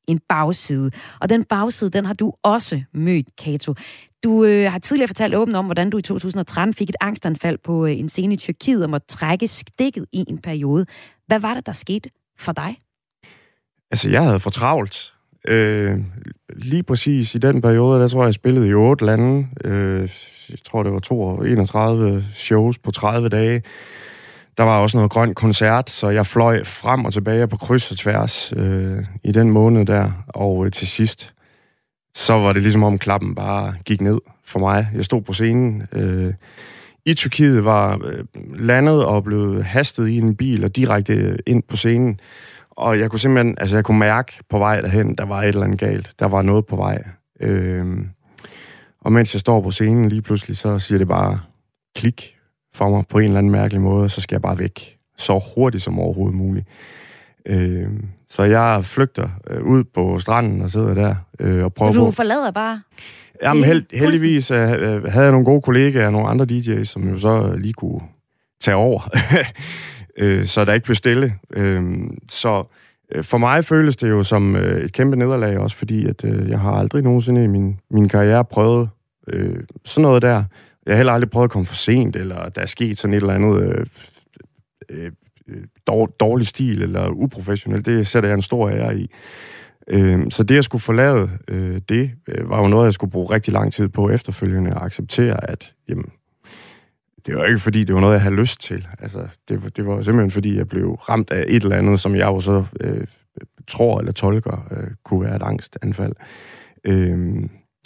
en bagside. Og den bagside, den har du også mødt, Kato. Du øh, har tidligere fortalt åbent om, hvordan du i to tusind og tretten fik et angstanfald på øh, en scene i Tyrkiet og måtte trække stikket i en periode. Hvad var det, der skete for dig? Altså, jeg havde for travlt. Øh, lige præcis i den periode, der tror jeg, jeg spillede i otte lande. Øh, jeg tror, det var enogtredive shows på tredive dage. Der var også noget grønt koncert, så jeg fløj frem og tilbage på kryds og tværs øh, i den måned der. Og øh, til sidst, så var det ligesom om klappen bare gik ned for mig. Jeg stod på scenen øh, i Tyrkiet, var øh, landet og blev hastet i en bil og direkte ind på scenen. Og jeg kunne simpelthen, altså jeg kunne mærke på vej derhen, der var et eller andet galt. Der var noget på vej. Øh, og mens jeg står på scenen lige pludselig, så siger det bare klik for mig på en eller anden mærkelig måde, så skal jeg bare væk. Så hurtigt som overhovedet muligt. Øh, så jeg flygter øh, ud på stranden og sidder der øh, og prøver så du på... forlader bare? Jamen held, heldigvis øh, havde jeg nogle gode kollegaer og nogle andre D J's, som jo så lige kunne tage over. øh, så der ikke blev stille. Øh, så øh, for mig føles det jo som øh, et kæmpe nederlag også, fordi at, øh, jeg har aldrig nogensinde i min, min karriere prøvet øh, sådan noget der. Jeg har heller aldrig prøvet at komme for sent, eller der er sket sådan et eller andet øh, øh, dårlig stil, eller uprofessionelt. Det sætter jeg en stor ære i. Øh, så det, jeg skulle forlade, øh, det øh, var jo noget, jeg skulle bruge rigtig lang tid på efterfølgende at acceptere, at jamen, det var ikke fordi, det var noget, jeg havde lyst til. Altså, det, det var simpelthen fordi, jeg blev ramt af et eller andet, som jeg jo så øh, tror eller tolker øh, kunne være et angstanfald. Øh,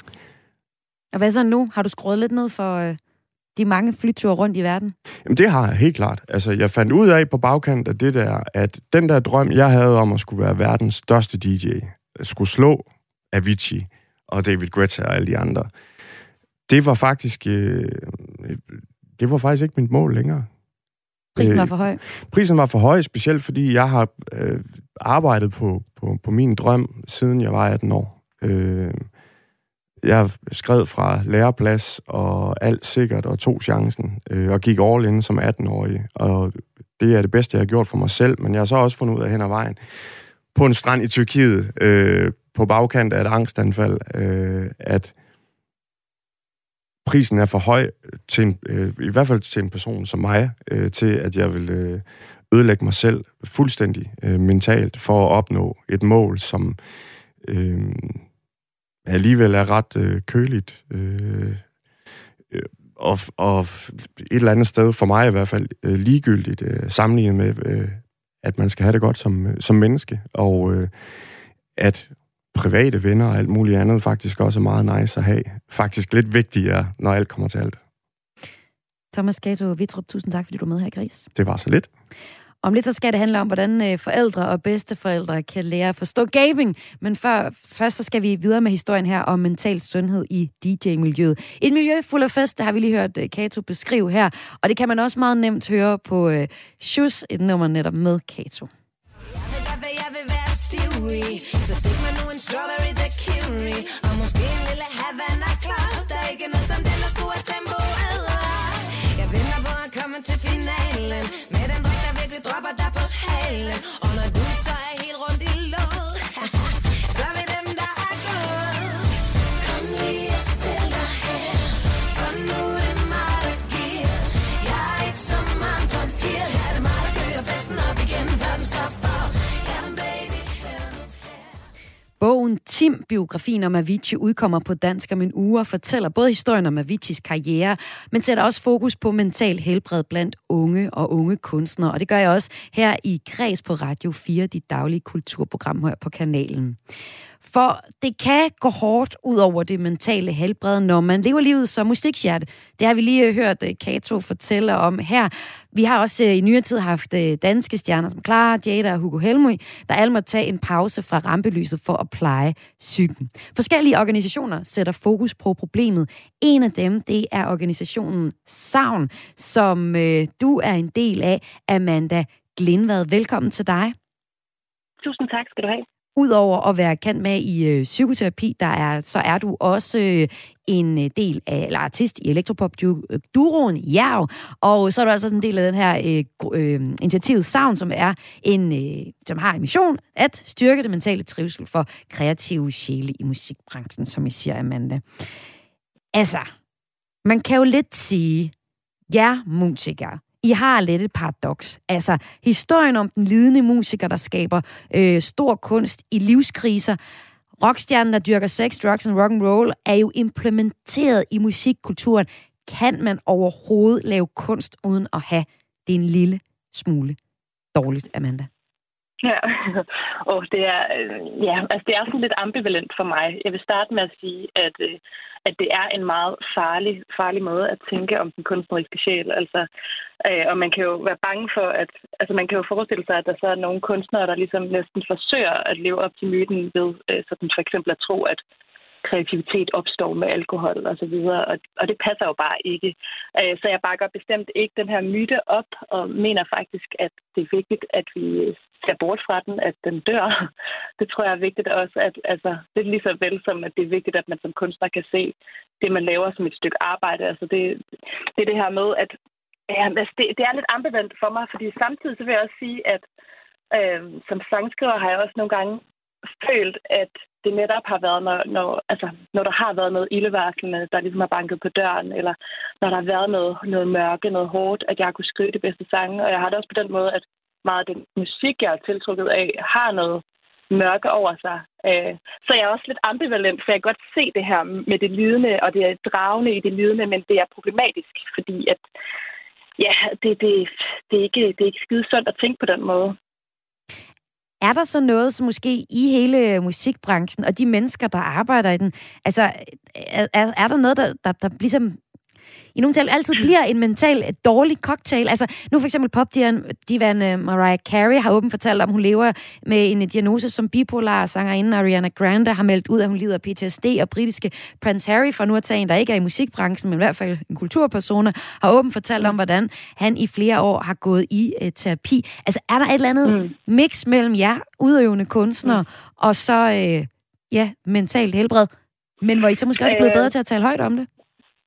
Og hvad så nu? Har du skruet lidt ned for øh, de mange flyture rundt i verden? Jamen det har jeg helt klart. Altså jeg fandt ud af på bagkant af det der, at den der drøm, jeg havde om at skulle være verdens største D J, skulle slå Avicii og David Guetta og alle de andre, det var faktisk, øh, det var faktisk ikke mit mål længere. Prisen var for høj? Prisen var for høj, specielt fordi jeg har øh, arbejdet på, på, på min drøm, siden jeg var atten år. Øh, Jeg skred fra læreplads og alt sikkert og tog chancen øh, og gik all in som atten-årig. Og det er det bedste, jeg har gjort for mig selv, men jeg har så også fundet ud af hen ad vejen på en strand i Tyrkiet, øh, på bagkant af et angstanfald, øh, at prisen er for høj, til en, øh, i hvert fald til en person som mig, øh, til at jeg vil øh, ødelægge mig selv fuldstændig øh, mentalt for at opnå et mål, som... Øh, alligevel er ret øh, køligt, øh, øh, og, og et eller andet sted, for mig i hvert fald, øh, ligegyldigt øh, sammenlignet med, øh, at man skal have det godt som, som menneske, og øh, at private venner og alt muligt andet faktisk også er meget nice at have. Faktisk lidt vigtigere, når alt kommer til alt. Thomas Kato Vittrup, tusind tak, fordi du var med her i Gris. Det var så lidt. Om lidt så skal det handle om, hvordan forældre og bedsteforældre kan lære at forstå gaming. Men før, først så skal vi videre med historien her om mental sundhed i D J-miljøet. Et miljø fuld af fest, det har vi lige hørt Kato beskrive her. Og det kan man også meget nemt høre på uh, Shoes, et nummer netop med Kato. Så stik mig nu en strawberry daiquiri Og måske en lille Havana Club Der er ikke noget som den, der skruer tempoet Jeg venter på at komme til finalen Med den drik, der virkelig dropper dig på halen Og når du så er helt rundt i låd Så er vi dem, der er gået Kom lige og stil dig her For nu er det mig, der giver Jeg er ikke så mange på en piger Her er det mig, der kører festen op igen Før den stopper Ja, baby Bogen Tim, biografien om Avicii, udkommer på dansk om en uge og fortæller både historien om Aviciis karriere, men sætter også fokus på mental helbred blandt unge og unge kunstnere. Og det gør jeg også her i Græs på Radio fire, dit daglige kulturprogram her på kanalen. For det kan gå hårdt ud over det mentale helbred, når man lever livet som musikstjerne. Det har vi lige hørt Kato fortælle om her. Vi har også i nyere tid haft danske stjerner som Clara, Jada og Hugo Helmøy, der alle må tage en pause fra rampelyset for at pleje psyken. Forskellige organisationer sætter fokus på problemet. En af dem, det er organisationen Savn, som øh, du er en del af, Amanda Glindvad. Velkommen til dig. Tusind tak skal du have. Udover at være kendt med i øh, psykoterapi, der er, så er du også øh, en del af, eller artist i elektropop-duroen Jerv, og så er du altså en del af den her øh, øh, initiativet Sound, som er en, øh, som har en mission at styrke det mentale trivsel for kreative sjæle i musikbranchen, som I siger, Amanda. Altså, man kan jo lidt sige, ja, musikere, I har lidt et paradoks. Altså, historien om den lidende musiker, der skaber øh, stor kunst i livskriser, rockstjernen, der dyrker sex, drugs and rock and roll, er jo implementeret i musikkulturen. Kan man overhovedet lave kunst uden at have det en lille smule dårligt, Amanda? Ja, og det er, ja, altså det er sådan lidt ambivalent for mig. Jeg vil starte med at sige, at, at det er en meget farlig, farlig måde at tænke om den kunstneriske sjæl. Altså, øh, og man kan jo være bange for, at altså man kan jo forestille sig, at der så er nogle kunstnere, der ligesom næsten forsøger at leve op til myten ved øh, sådan for eksempel at tro, at kreativitet opstår med alkohol og så videre, og, og det passer jo bare ikke. Så jeg bakker bestemt ikke den her myte op, og mener faktisk, at det er vigtigt, at vi ser bort fra den, at den dør. Det tror jeg er vigtigt også, at altså, det er lige så vel som, at det er vigtigt, at man som kunstner kan se det, man laver som et stykke arbejde. Altså det, det er det her med, at ja, altså det, det er lidt ambivalent for mig, fordi samtidig så vil jeg også sige, at øh, som sangskriver har jeg også nogle gange følt, at det netop har været, når, når, altså, når der har været noget ildevarslende, der ligesom har banket på døren, eller når der har været noget, noget mørke, noget hårdt, at jeg kunne skrive de bedste sange. Og jeg har det også på den måde, at meget af den musik, jeg er tiltrukket af, har noget mørke over sig. Så jeg er også lidt ambivalent, for jeg kan godt se det her med det lidende, og det er dragende i det lidende, men det er problematisk, fordi at, ja, det, det, det, er ikke, det er ikke skide sundt at tænke på den måde. Er der så noget, som måske i hele musikbranchen og de mennesker, der arbejder i den, altså er, er der noget, der, der, der ligesom i nogle tilfælde altid bliver en mental dårlig cocktail? Altså nu for eksempel popdivan Mariah Carey har åbent fortalt om, hun lever med en diagnose som bipolar. Sangerinden Ariana Grande har meldt ud, at hun lider af P T S D, og britiske Prince Harry, for nu at tage en, der ikke er i musikbranchen, men i hvert fald en kulturpersona, har åbent fortalt om, hvordan han i flere år har gået i uh, terapi. Altså er der et eller andet mm. mix mellem jer udøvende kunstnere mm. og så uh, ja, mentalt helbred, men hvor I så måske også er blevet bedre til at tale højt om det?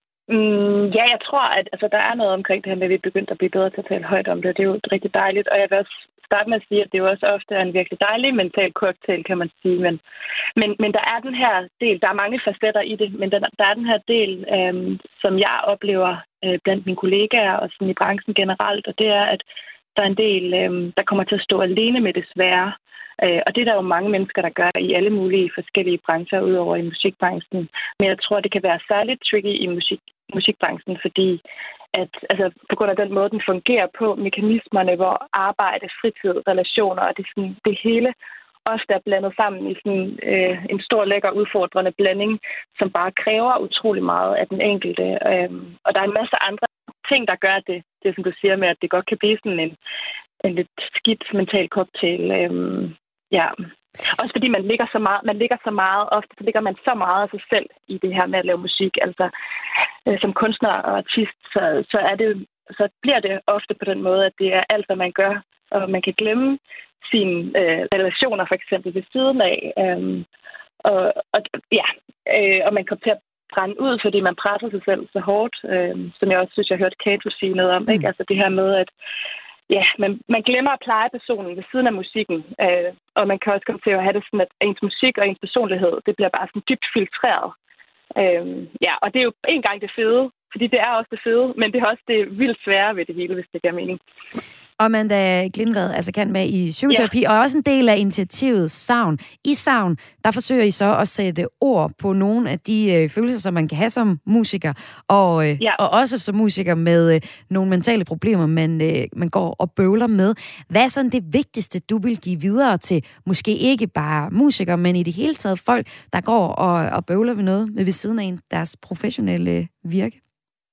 Mm, ja, jeg tror, at altså, der er noget omkring det her med, at vi er begyndt at blive bedre til at tale højt om det. Det er jo rigtig dejligt, og jeg vil også starte med at sige, at det jo også ofte er en virkelig dejlig mental cocktail, kan man sige. Men, men, men der er den her del, der er mange facetter i det, men der, der er den her del, øhm, som jeg oplever øh, blandt mine kollegaer og sådan i branchen generelt, og det er, at der er en del, øhm, der kommer til at stå alene med det svære. Øh, og det er der jo mange mennesker, der gør i alle mulige forskellige brancher, udover i musikbranchen. Men jeg tror, det kan være særligt tricky i musik, musikbranchen, fordi at, altså, på grund af den måde, den fungerer på, mekanismerne, hvor arbejde, fritid, relationer, og det, sådan, det hele ofte er blandet sammen i sådan, øh, en stor, lækker, udfordrende blanding, som bare kræver utrolig meget af den enkelte. Øh, og der er en masse andre ting, der gør det. Det er, som du siger med, at det godt kan blive sådan en, en lidt skidt mental cocktail. Øh, ja. Også fordi man ligger så meget, man ligger så meget, ofte så ligger man så meget af sig selv i det her med at lave musik. Altså øh, som kunstner og artist, så, så, er det, så bliver det ofte på den måde, at det er alt, hvad man gør, og man kan glemme sine øh, relationer for eksempel ved siden af. Øh, og, og, ja, øh, og man kommer til at brænde ud, fordi man presser sig selv så hårdt, øh, som jeg også synes, jeg hørte Kato sige noget om. Mm. Ikke? Altså det her med, at ja, man, man glemmer at pleje personen ved siden af musikken, øh, og man kan også komme til at have det sådan, at ens musik og ens personlighed, det bliver bare sådan dybt filtreret. Øh, ja, og det er jo en gang det fede, fordi det er også det fede, men det er også det vildt svære ved det hele, hvis det giver mening. Og Amanda Glindred, altså kan med i psykoterapi, ja. Og også en del af initiativet Sound. I Sound, der forsøger I så at sætte ord på nogle af de øh, følelser, som man kan have som musiker, og, øh, ja. og også som musiker med øh, nogle mentale problemer, man, øh, man går og bøvler med. Hvad er sådan det vigtigste, du vil give videre til måske ikke bare musikere, men i det hele taget folk, der går og, og bøvler ved noget med ved siden af en, deres professionelle virke?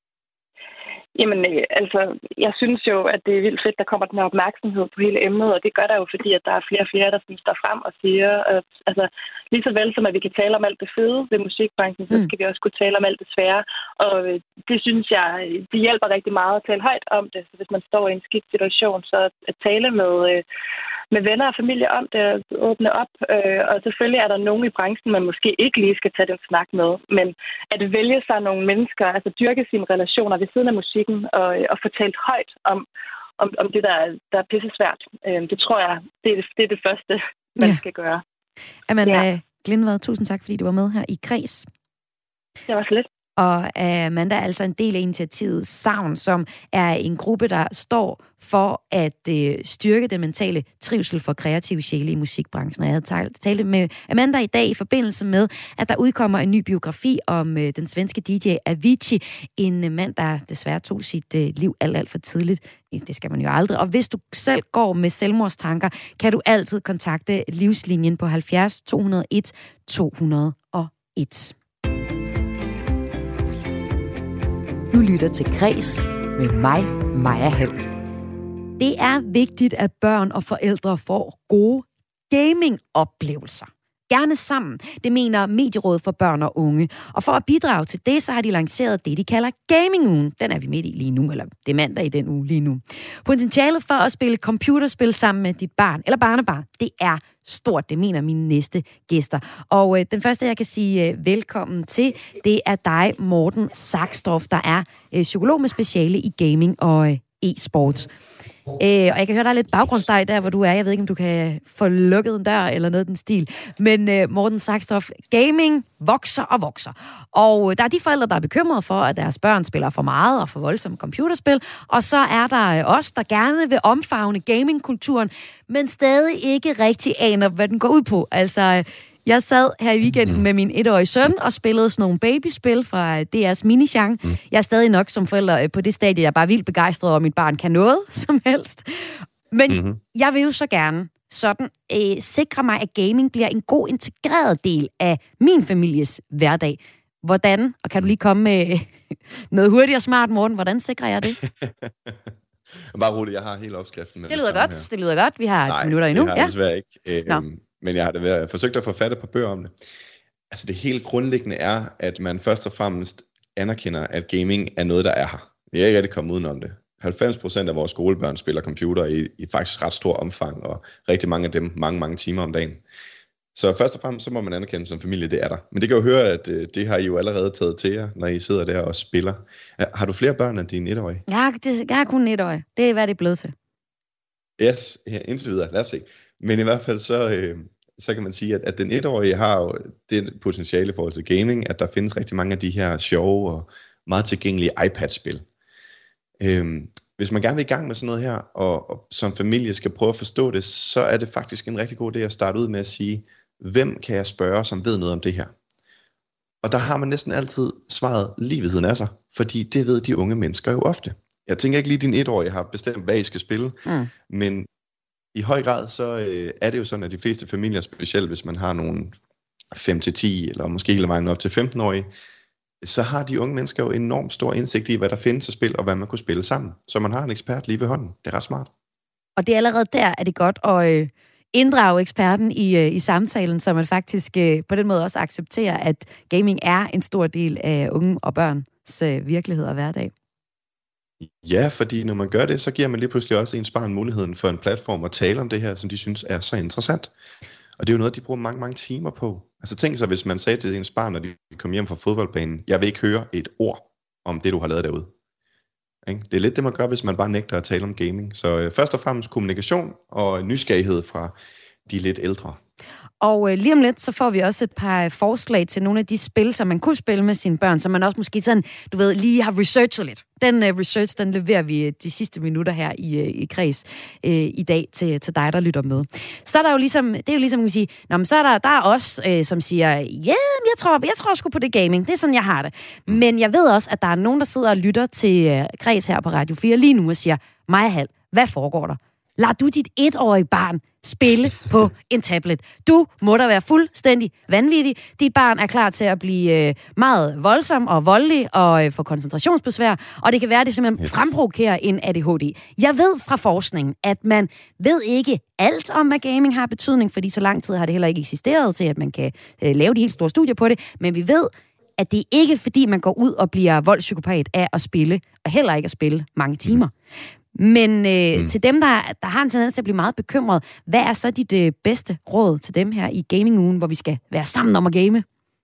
Jamen, altså, jeg synes jo, at det er vildt fedt, der kommer den her opmærksomhed på hele emnet, og det gør der jo, fordi at der er flere og flere, der står frem og siger, at altså, lige så vel som at vi kan tale om alt det fede ved musikbranchen, så skal vi også kunne tale om alt det svære, og det synes jeg, det hjælper rigtig meget at tale højt om det, så hvis man står i en skidt situation, så at tale med, med venner og familie om det og åbne op. Øh, og selvfølgelig er der nogen i branchen, man måske ikke lige skal tage den snak med. Men at vælge sig nogle mennesker, altså dyrke sine relationer ved siden af musikken og, og få talt højt om, om, om det, der, der er pissesvært. Øh, det tror jeg, det er det, det, er det første, man ja. skal gøre. Amanda ja. Glindvad, tusind tak, fordi du var med her i Kreds. Det var så lidt. Og Amanda er altså en del af initiativet Savn, som er en gruppe, der står for at øh, styrke den mentale trivsel for kreative sjæle i musikbranchen. Jeg havde talt med Amanda i dag i forbindelse med, at der udkommer en ny biografi om øh, den svenske D J Avicii, en øh, mand, der desværre tog sit øh, liv alt, alt for tidligt. Det skal man jo aldrig. Og hvis du selv går med selvmordstanker, kan du altid kontakte Livslinjen på halvfjerds to hundrede og en to hundrede og en. Du lytter til Kreds med mig, Maja Hall. Det er vigtigt, at børn og forældre får gode gaming-oplevelser. Gerne sammen. Det mener Medierådet for Børn og Unge. Og for at bidrage til det, så har de lanceret det, de kalder Gaming-ugen. Den er vi midt i lige nu, eller det er mandag i den uge lige nu. Potentialet for at spille computerspil sammen med dit barn eller barnebarn, det er stort. Det mener mine næste gæster. Og øh, den første, jeg kan sige øh, velkommen til, det er dig, Morten Saxdorf, der er øh, psykolog med speciale i gaming og øh, e-sport. Øh, og jeg kan høre, der er lidt baggrundsstøj der, hvor du er. Jeg ved ikke, om du kan få lukket en dør eller noget af den stil. Men øh, Morten Saxdorf, gaming vokser og vokser. Og der er de forældre, der er bekymrede for, at deres børn spiller for meget og for voldsomme computerspil. Og så er der os, der gerne vil omfavne gamingkulturen, men stadig ikke rigtig aner, hvad den går ud på. Altså, jeg sad her i weekenden med min etårige søn og spillede sådan nogle babyspil fra D R's Mini-genre. Mm. Jeg er stadig nok som forælder på det stadie, jeg er bare vildt begejstret over, at mit barn kan noget som helst. Men mm-hmm. jeg vil jo så gerne sådan øh, sikre mig, at gaming bliver en god integreret del af min families hverdag. Hvordan? Og kan du lige komme med øh, noget hurtigt og smart, Morten? Hvordan sikrer jeg det? Bare roligt, jeg har hele opskriften med det. lyder godt, her. det lyder godt. Vi har Nej, et minutter endnu. Nej, det har jeg desværre ikke. Øhm, men jeg har det været, forsøgt at forfatte et par bøger om det. Altså det helt grundlæggende er, at man først og fremmest anerkender, at gaming er noget, der er her. Vi er ikke rigtig kommet udenom det. halvfems procent af vores skolebørn spiller computer i, i faktisk ret stor omfang, og rigtig mange af dem mange, mange timer om dagen. Så først og fremmest, så må man anerkende som familie, det er der. Men det kan jo høre, at øh, det har I jo allerede taget til jer, når I sidder der og spiller. Har du flere børn end dine etårige? Ja, det, jeg har kun en etårige. Det er, hvad det er blevet til. Yes, ja, indtil videre. Lad os se. Men i hvert fald så, øh, så kan man sige, at, at den etårige har jo det potentiale i forhold til gaming, at der findes rigtig mange af de her sjove og meget tilgængelige iPad-spil. Øhm, hvis man gerne vil i gang med sådan noget her, og, og som familie skal prøve at forstå det, så er det faktisk en rigtig god idé at starte ud med at sige, hvem kan jeg spørge, som ved noget om det her? Og der har man næsten altid svaret lige ved siden af sig, fordi det ved de unge mennesker jo ofte. Jeg tænker ikke lige, at din etårige har bestemt, hvad I skal spille, mm. men i høj grad så øh, er det jo sådan, at de fleste familier, specielt hvis man har nogle fem til ti, eller måske hele vejen op til femten-årige, så har de unge mennesker jo enormt stor indsigt i, hvad der findes af spil, og hvad man kunne spille sammen. Så man har en ekspert lige ved hånden. Det er ret smart. Og det er allerede der, at det godt at øh, inddrage eksperten i, øh, i samtalen, så man faktisk øh, på den måde også accepterer, at gaming er en stor del af unge og børns øh, virkelighed og hverdag. Ja, fordi når man gør det, så giver man lige pludselig også ens barn muligheden for en platform at tale om det her, som de synes er så interessant. Og det er jo noget, de bruger mange, mange timer på. Altså tænk sig, hvis man sagde til ens barn, når de kom hjem fra fodboldbanen, jeg vil ikke høre et ord om det, du har lavet derude. Det er lidt det, man gør, hvis man bare nægter at tale om gaming. Så øh, først og fremmest kommunikation og nysgerrighed fra de lidt ældre. Og øh, lige om lidt, så får vi også et par forslag til nogle af de spil, som man kunne spille med sine børn, som man også måske sådan, du ved, lige har researchet lidt. Den uh, research, den leverer vi de sidste minutter her i, uh, i Kreds uh, i dag til, til dig, der lytter med. Så er der jo ligesom, det er jo ligesom, kan man sige, nå, men så er der, der er os, uh, som siger, ja, yeah, jeg tror, jeg tror sgu på det gaming. Det er sådan, jeg har det. Men jeg ved også, at der er nogen, der sidder og lytter til uh, Kreds her på Radio fire lige nu og siger, Maja Hall, hvad foregår der? Lad du dit etårige barn spille på en tablet. Du må da være fuldstændig vanvittig. Dit barn er klar til at blive øh, meget voldsom og voldelig og øh, få koncentrationsbesvær, og det kan være, at det simpelthen yes. fremprovokerer en A D H D. Jeg ved fra forskningen, at man ved ikke alt om, hvad gaming har betydning, fordi så lang tid har det heller ikke eksisteret til, at man kan øh, lave de helt store studier på det, men vi ved, at det ikke er, fordi man går ud og bliver voldspsykopat af at spille, og heller ikke at spille mange timer. Men øh, Mm. til dem, der, der har en tendens til at blive meget bekymret, hvad er så dit øh, bedste råd til dem her i gamingugen, hvor vi skal være sammen om at game?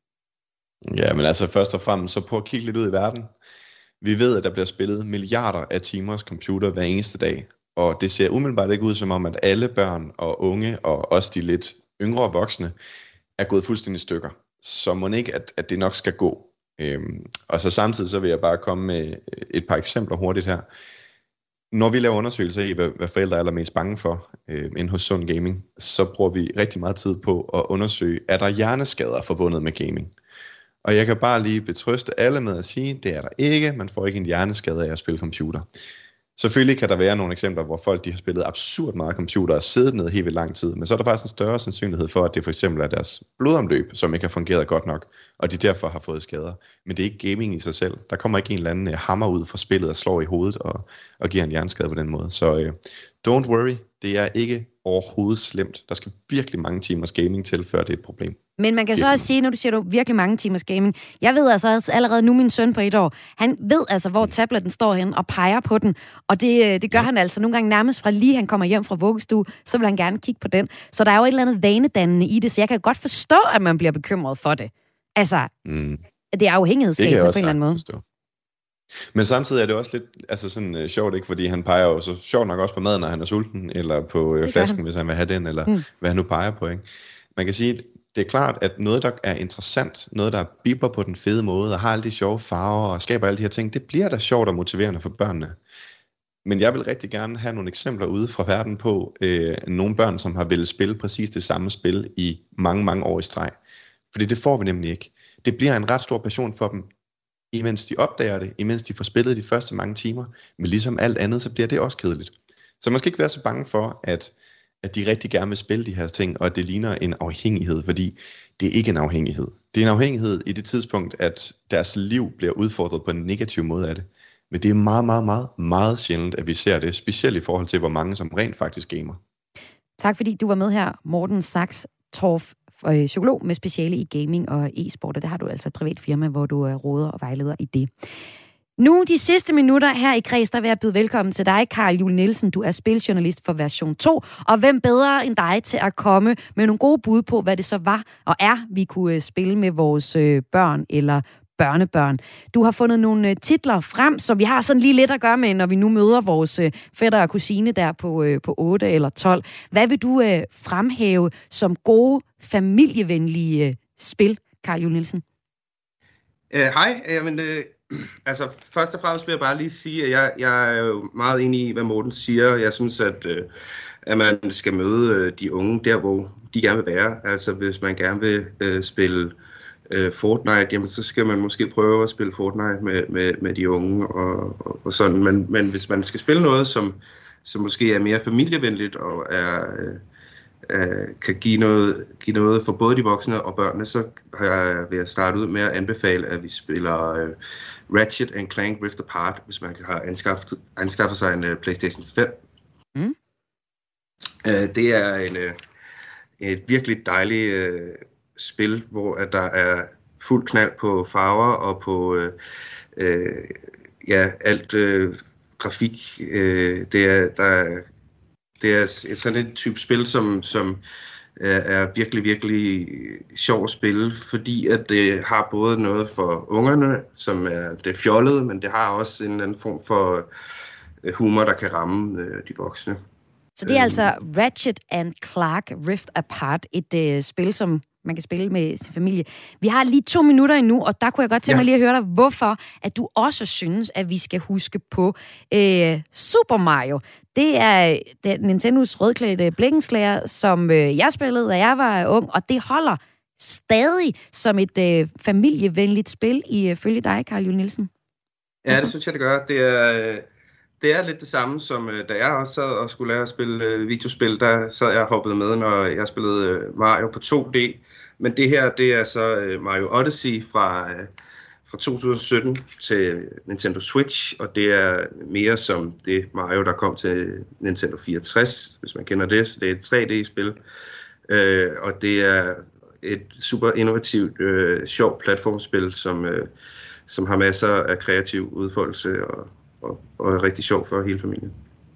Ja, men altså først og fremmest, så prøv at kigge lidt ud i verden. Vi ved, at der bliver spillet milliarder af timers computer hver eneste dag, og det ser umiddelbart ikke ud som om, at alle børn og unge, og også de lidt yngre voksne, er gået fuldstændig i stykker. Så må ikke, at, at det nok skal gå. Øhm, og så samtidig så vil jeg bare komme med et par eksempler hurtigt her. Når vi laver undersøgelser i, hvad, hvad forældre er allermest bange for øh, inde hos Sund Gaming, så bruger vi rigtig meget tid på at undersøge, er der hjerneskader forbundet med gaming? Og jeg kan bare lige betrøste alle med at sige, det er der ikke. Man får ikke en hjerneskade af at spille computer. Selvfølgelig kan der være nogle eksempler, hvor folk de har spillet absurd meget computer og siddet ned helt vildt lang tid, men så er der faktisk en større sandsynlighed for, at det for eksempel er deres blodomløb, som ikke har fungeret godt nok, og de derfor har fået skader. Men det er ikke gaming i sig selv. Der kommer ikke en eller anden hammer ud fra spillet og slår i hovedet og, og giver en hjerneskade på den måde. Så uh, don't worry, det er ikke overhovedet slemt. Der skal virkelig mange timers gaming til, før det er et problem. Men man kan så også sige, når du siger, du virkelig mange timers gaming. Jeg ved altså allerede nu, min søn på et år, han ved altså, hvor tabletten står hen og peger på den. Og det, det gør ja. han altså nogle gange nærmest fra lige, han kommer hjem fra vuggestue, så vil han gerne kigge på den. Så der er jo et eller andet vanedannende i det, så jeg kan godt forstå, at man bliver bekymret for det. Altså, mm. det er afhængighedsskabende på en eller anden måde. Forstå. Men samtidig er det også lidt altså sådan uh, sjovt, ikke? Fordi han peger jo så sjovt nok også på maden, når han er sulten, eller på uh, flasken, han. hvis han vil have den, eller mm. hvad han nu peger på. Ikke? Man kan sige, det er klart, at noget, der er interessant, noget, der bipper på den fede måde, og har alle de sjove farver, og skaber alle de her ting, det bliver da sjovt og motiverende for børnene. Men jeg vil rigtig gerne have nogle eksempler ude fra verden på øh, nogle børn, som har ville spille præcis det samme spil i mange, mange år i streg. Fordi det får vi nemlig ikke. Det bliver en ret stor passion for dem, imens de opdager det, imens de får spillet de første mange timer. Men ligesom alt andet, så bliver det også kedeligt. Så man skal ikke være så bange for, at, at de rigtig gerne vil spille de her ting, og at det ligner en afhængighed, fordi det er ikke en afhængighed. Det er en afhængighed i det tidspunkt, at deres liv bliver udfordret på en negativ måde af det. Men det er meget, meget, meget, meget sjældent, at vi ser det, specielt i forhold til, hvor mange som rent faktisk gamer. Tak fordi du var med her, Morten Sachs Torff, psykolog med speciale i gaming og e-sport, og det har du altså et privat firma, hvor du råder og vejleder i det. Nu de sidste minutter her i Kreds, der vil jeg byde velkommen til dig, Carl Juhl Nielsen. Du er spiljournalist for version to, og hvem bedre end dig til at komme med nogle gode bud på, hvad det så var og er, vi kunne spille med vores børn eller børnebørn. Du har fundet nogle titler frem, så vi har sådan lige lidt at gøre med, når vi nu møder vores fætter og kusine der på, på otte eller tolv. Hvad vil du øh, fremhæve som gode, familievenlige spil, Carl Juhl Nielsen? Hej, uh, jamen, øh, altså først og fremmest vil jeg bare lige sige, at jeg, jeg er jo meget enig i, hvad Morten siger. Jeg synes, at, øh, at man skal møde øh, de unge der, hvor de gerne vil være. Altså hvis man gerne vil øh, spille øh, Fortnite, jamen så skal man måske prøve at spille Fortnite med, med, med de unge og, og, og sådan. Men, men hvis man skal spille noget, som, som måske er mere familievenligt og er... Øh, Uh, kan give noget, give noget for både de voksne og børnene, så har jeg ved at starte ud med at anbefale, at vi spiller uh, Ratchet and Clank Rift Apart, hvis man har anskaffet, anskaffet sig en uh, PlayStation fem. Mm. Uh, det er en, uh, et virkelig dejligt uh, spil, hvor at der er fuld knald på farver og på uh, uh, ja, alt uh, grafik. Uh, det er, der er Det er sådan et type spil, som, som er virkelig, virkelig sjov at spille, fordi at det har både noget for ungerne, som er det fjollede, men det har også en eller anden form for humor, der kan ramme de voksne. Så det er altså Ratchet and Clank Rift Apart, et øh, spil, som man kan spille med sin familie. Vi har lige to minutter endnu, og der kunne jeg godt tænke mig lige at høre dig, hvorfor at du også synes, at vi skal huske på øh, Super Mario. Det er, det er Nintendos rødklædte blikkenslager, som øh, jeg spillede, da jeg var ung, og det holder stadig som et øh, familievenligt spil, ifølge dig, Carl Juhl Nielsen. Ja, det synes jeg, det gør. Det er... Det er lidt det samme, som da jeg også sad og skulle lære at spille videospil, der sad jeg og hoppede med, når jeg spillede Mario på to D. Men det her, det er så Mario Odyssey fra, fra to tusind sytten til Nintendo Switch, og det er mere som det Mario, der kom til Nintendo fireogtres, hvis man kender det. Så det er et tre D-spil, og det er et super innovativt, sjovt platformspil, som, som har masser af kreativ udfoldelse og Og, og er rigtig sjov for hele familien.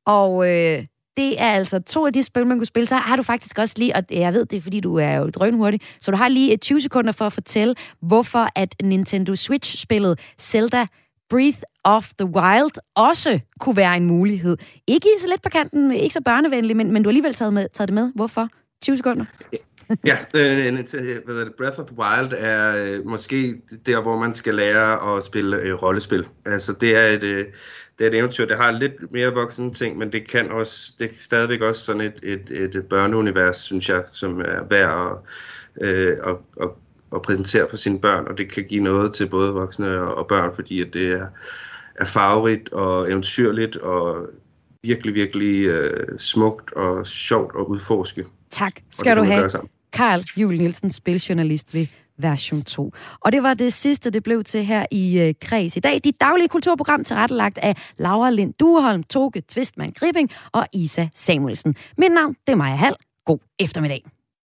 Og øh, det er altså to af de spil, man kunne spille. Så har du faktisk også lige, og jeg ved det, er, fordi du er jo drønhurtig, så du har lige tyve sekunder for at fortælle, hvorfor at Nintendo Switch-spillet Zelda Breath of the Wild også kunne være en mulighed. Ikke så lidt på kanten, ikke så børnevenlig, men, men du har alligevel taget, med, taget det med. Hvorfor? tyve sekunder. Ja, øh, Breath of the Wild er øh, måske der, hvor man skal lære at spille øh, rollespil. Altså, det er et... Øh, Det er et eventyr, det har lidt mere voksne ting, men det kan også, det er stadigvæk også sådan et, et, et børneunivers, synes jeg, som er værd at, øh, at, at, at præsentere for sine børn, og det kan give noget til både voksne og, og børn, fordi at det er, er farverigt og eventyrligt og virkelig, virkelig øh, smukt og sjovt at udforske. Tak skal du have, Carl Juhl Nielsen, spiljournalist ved Version to. Og det var det sidste, det blev til her i øh, Kreds i dag. Dit daglige kulturprogram tilrettelagt af Laura Lind Dueholm, Toge Tvistmann Gripping og Isa Samuelsen. Mit navn, det er Maja Hall. God eftermiddag.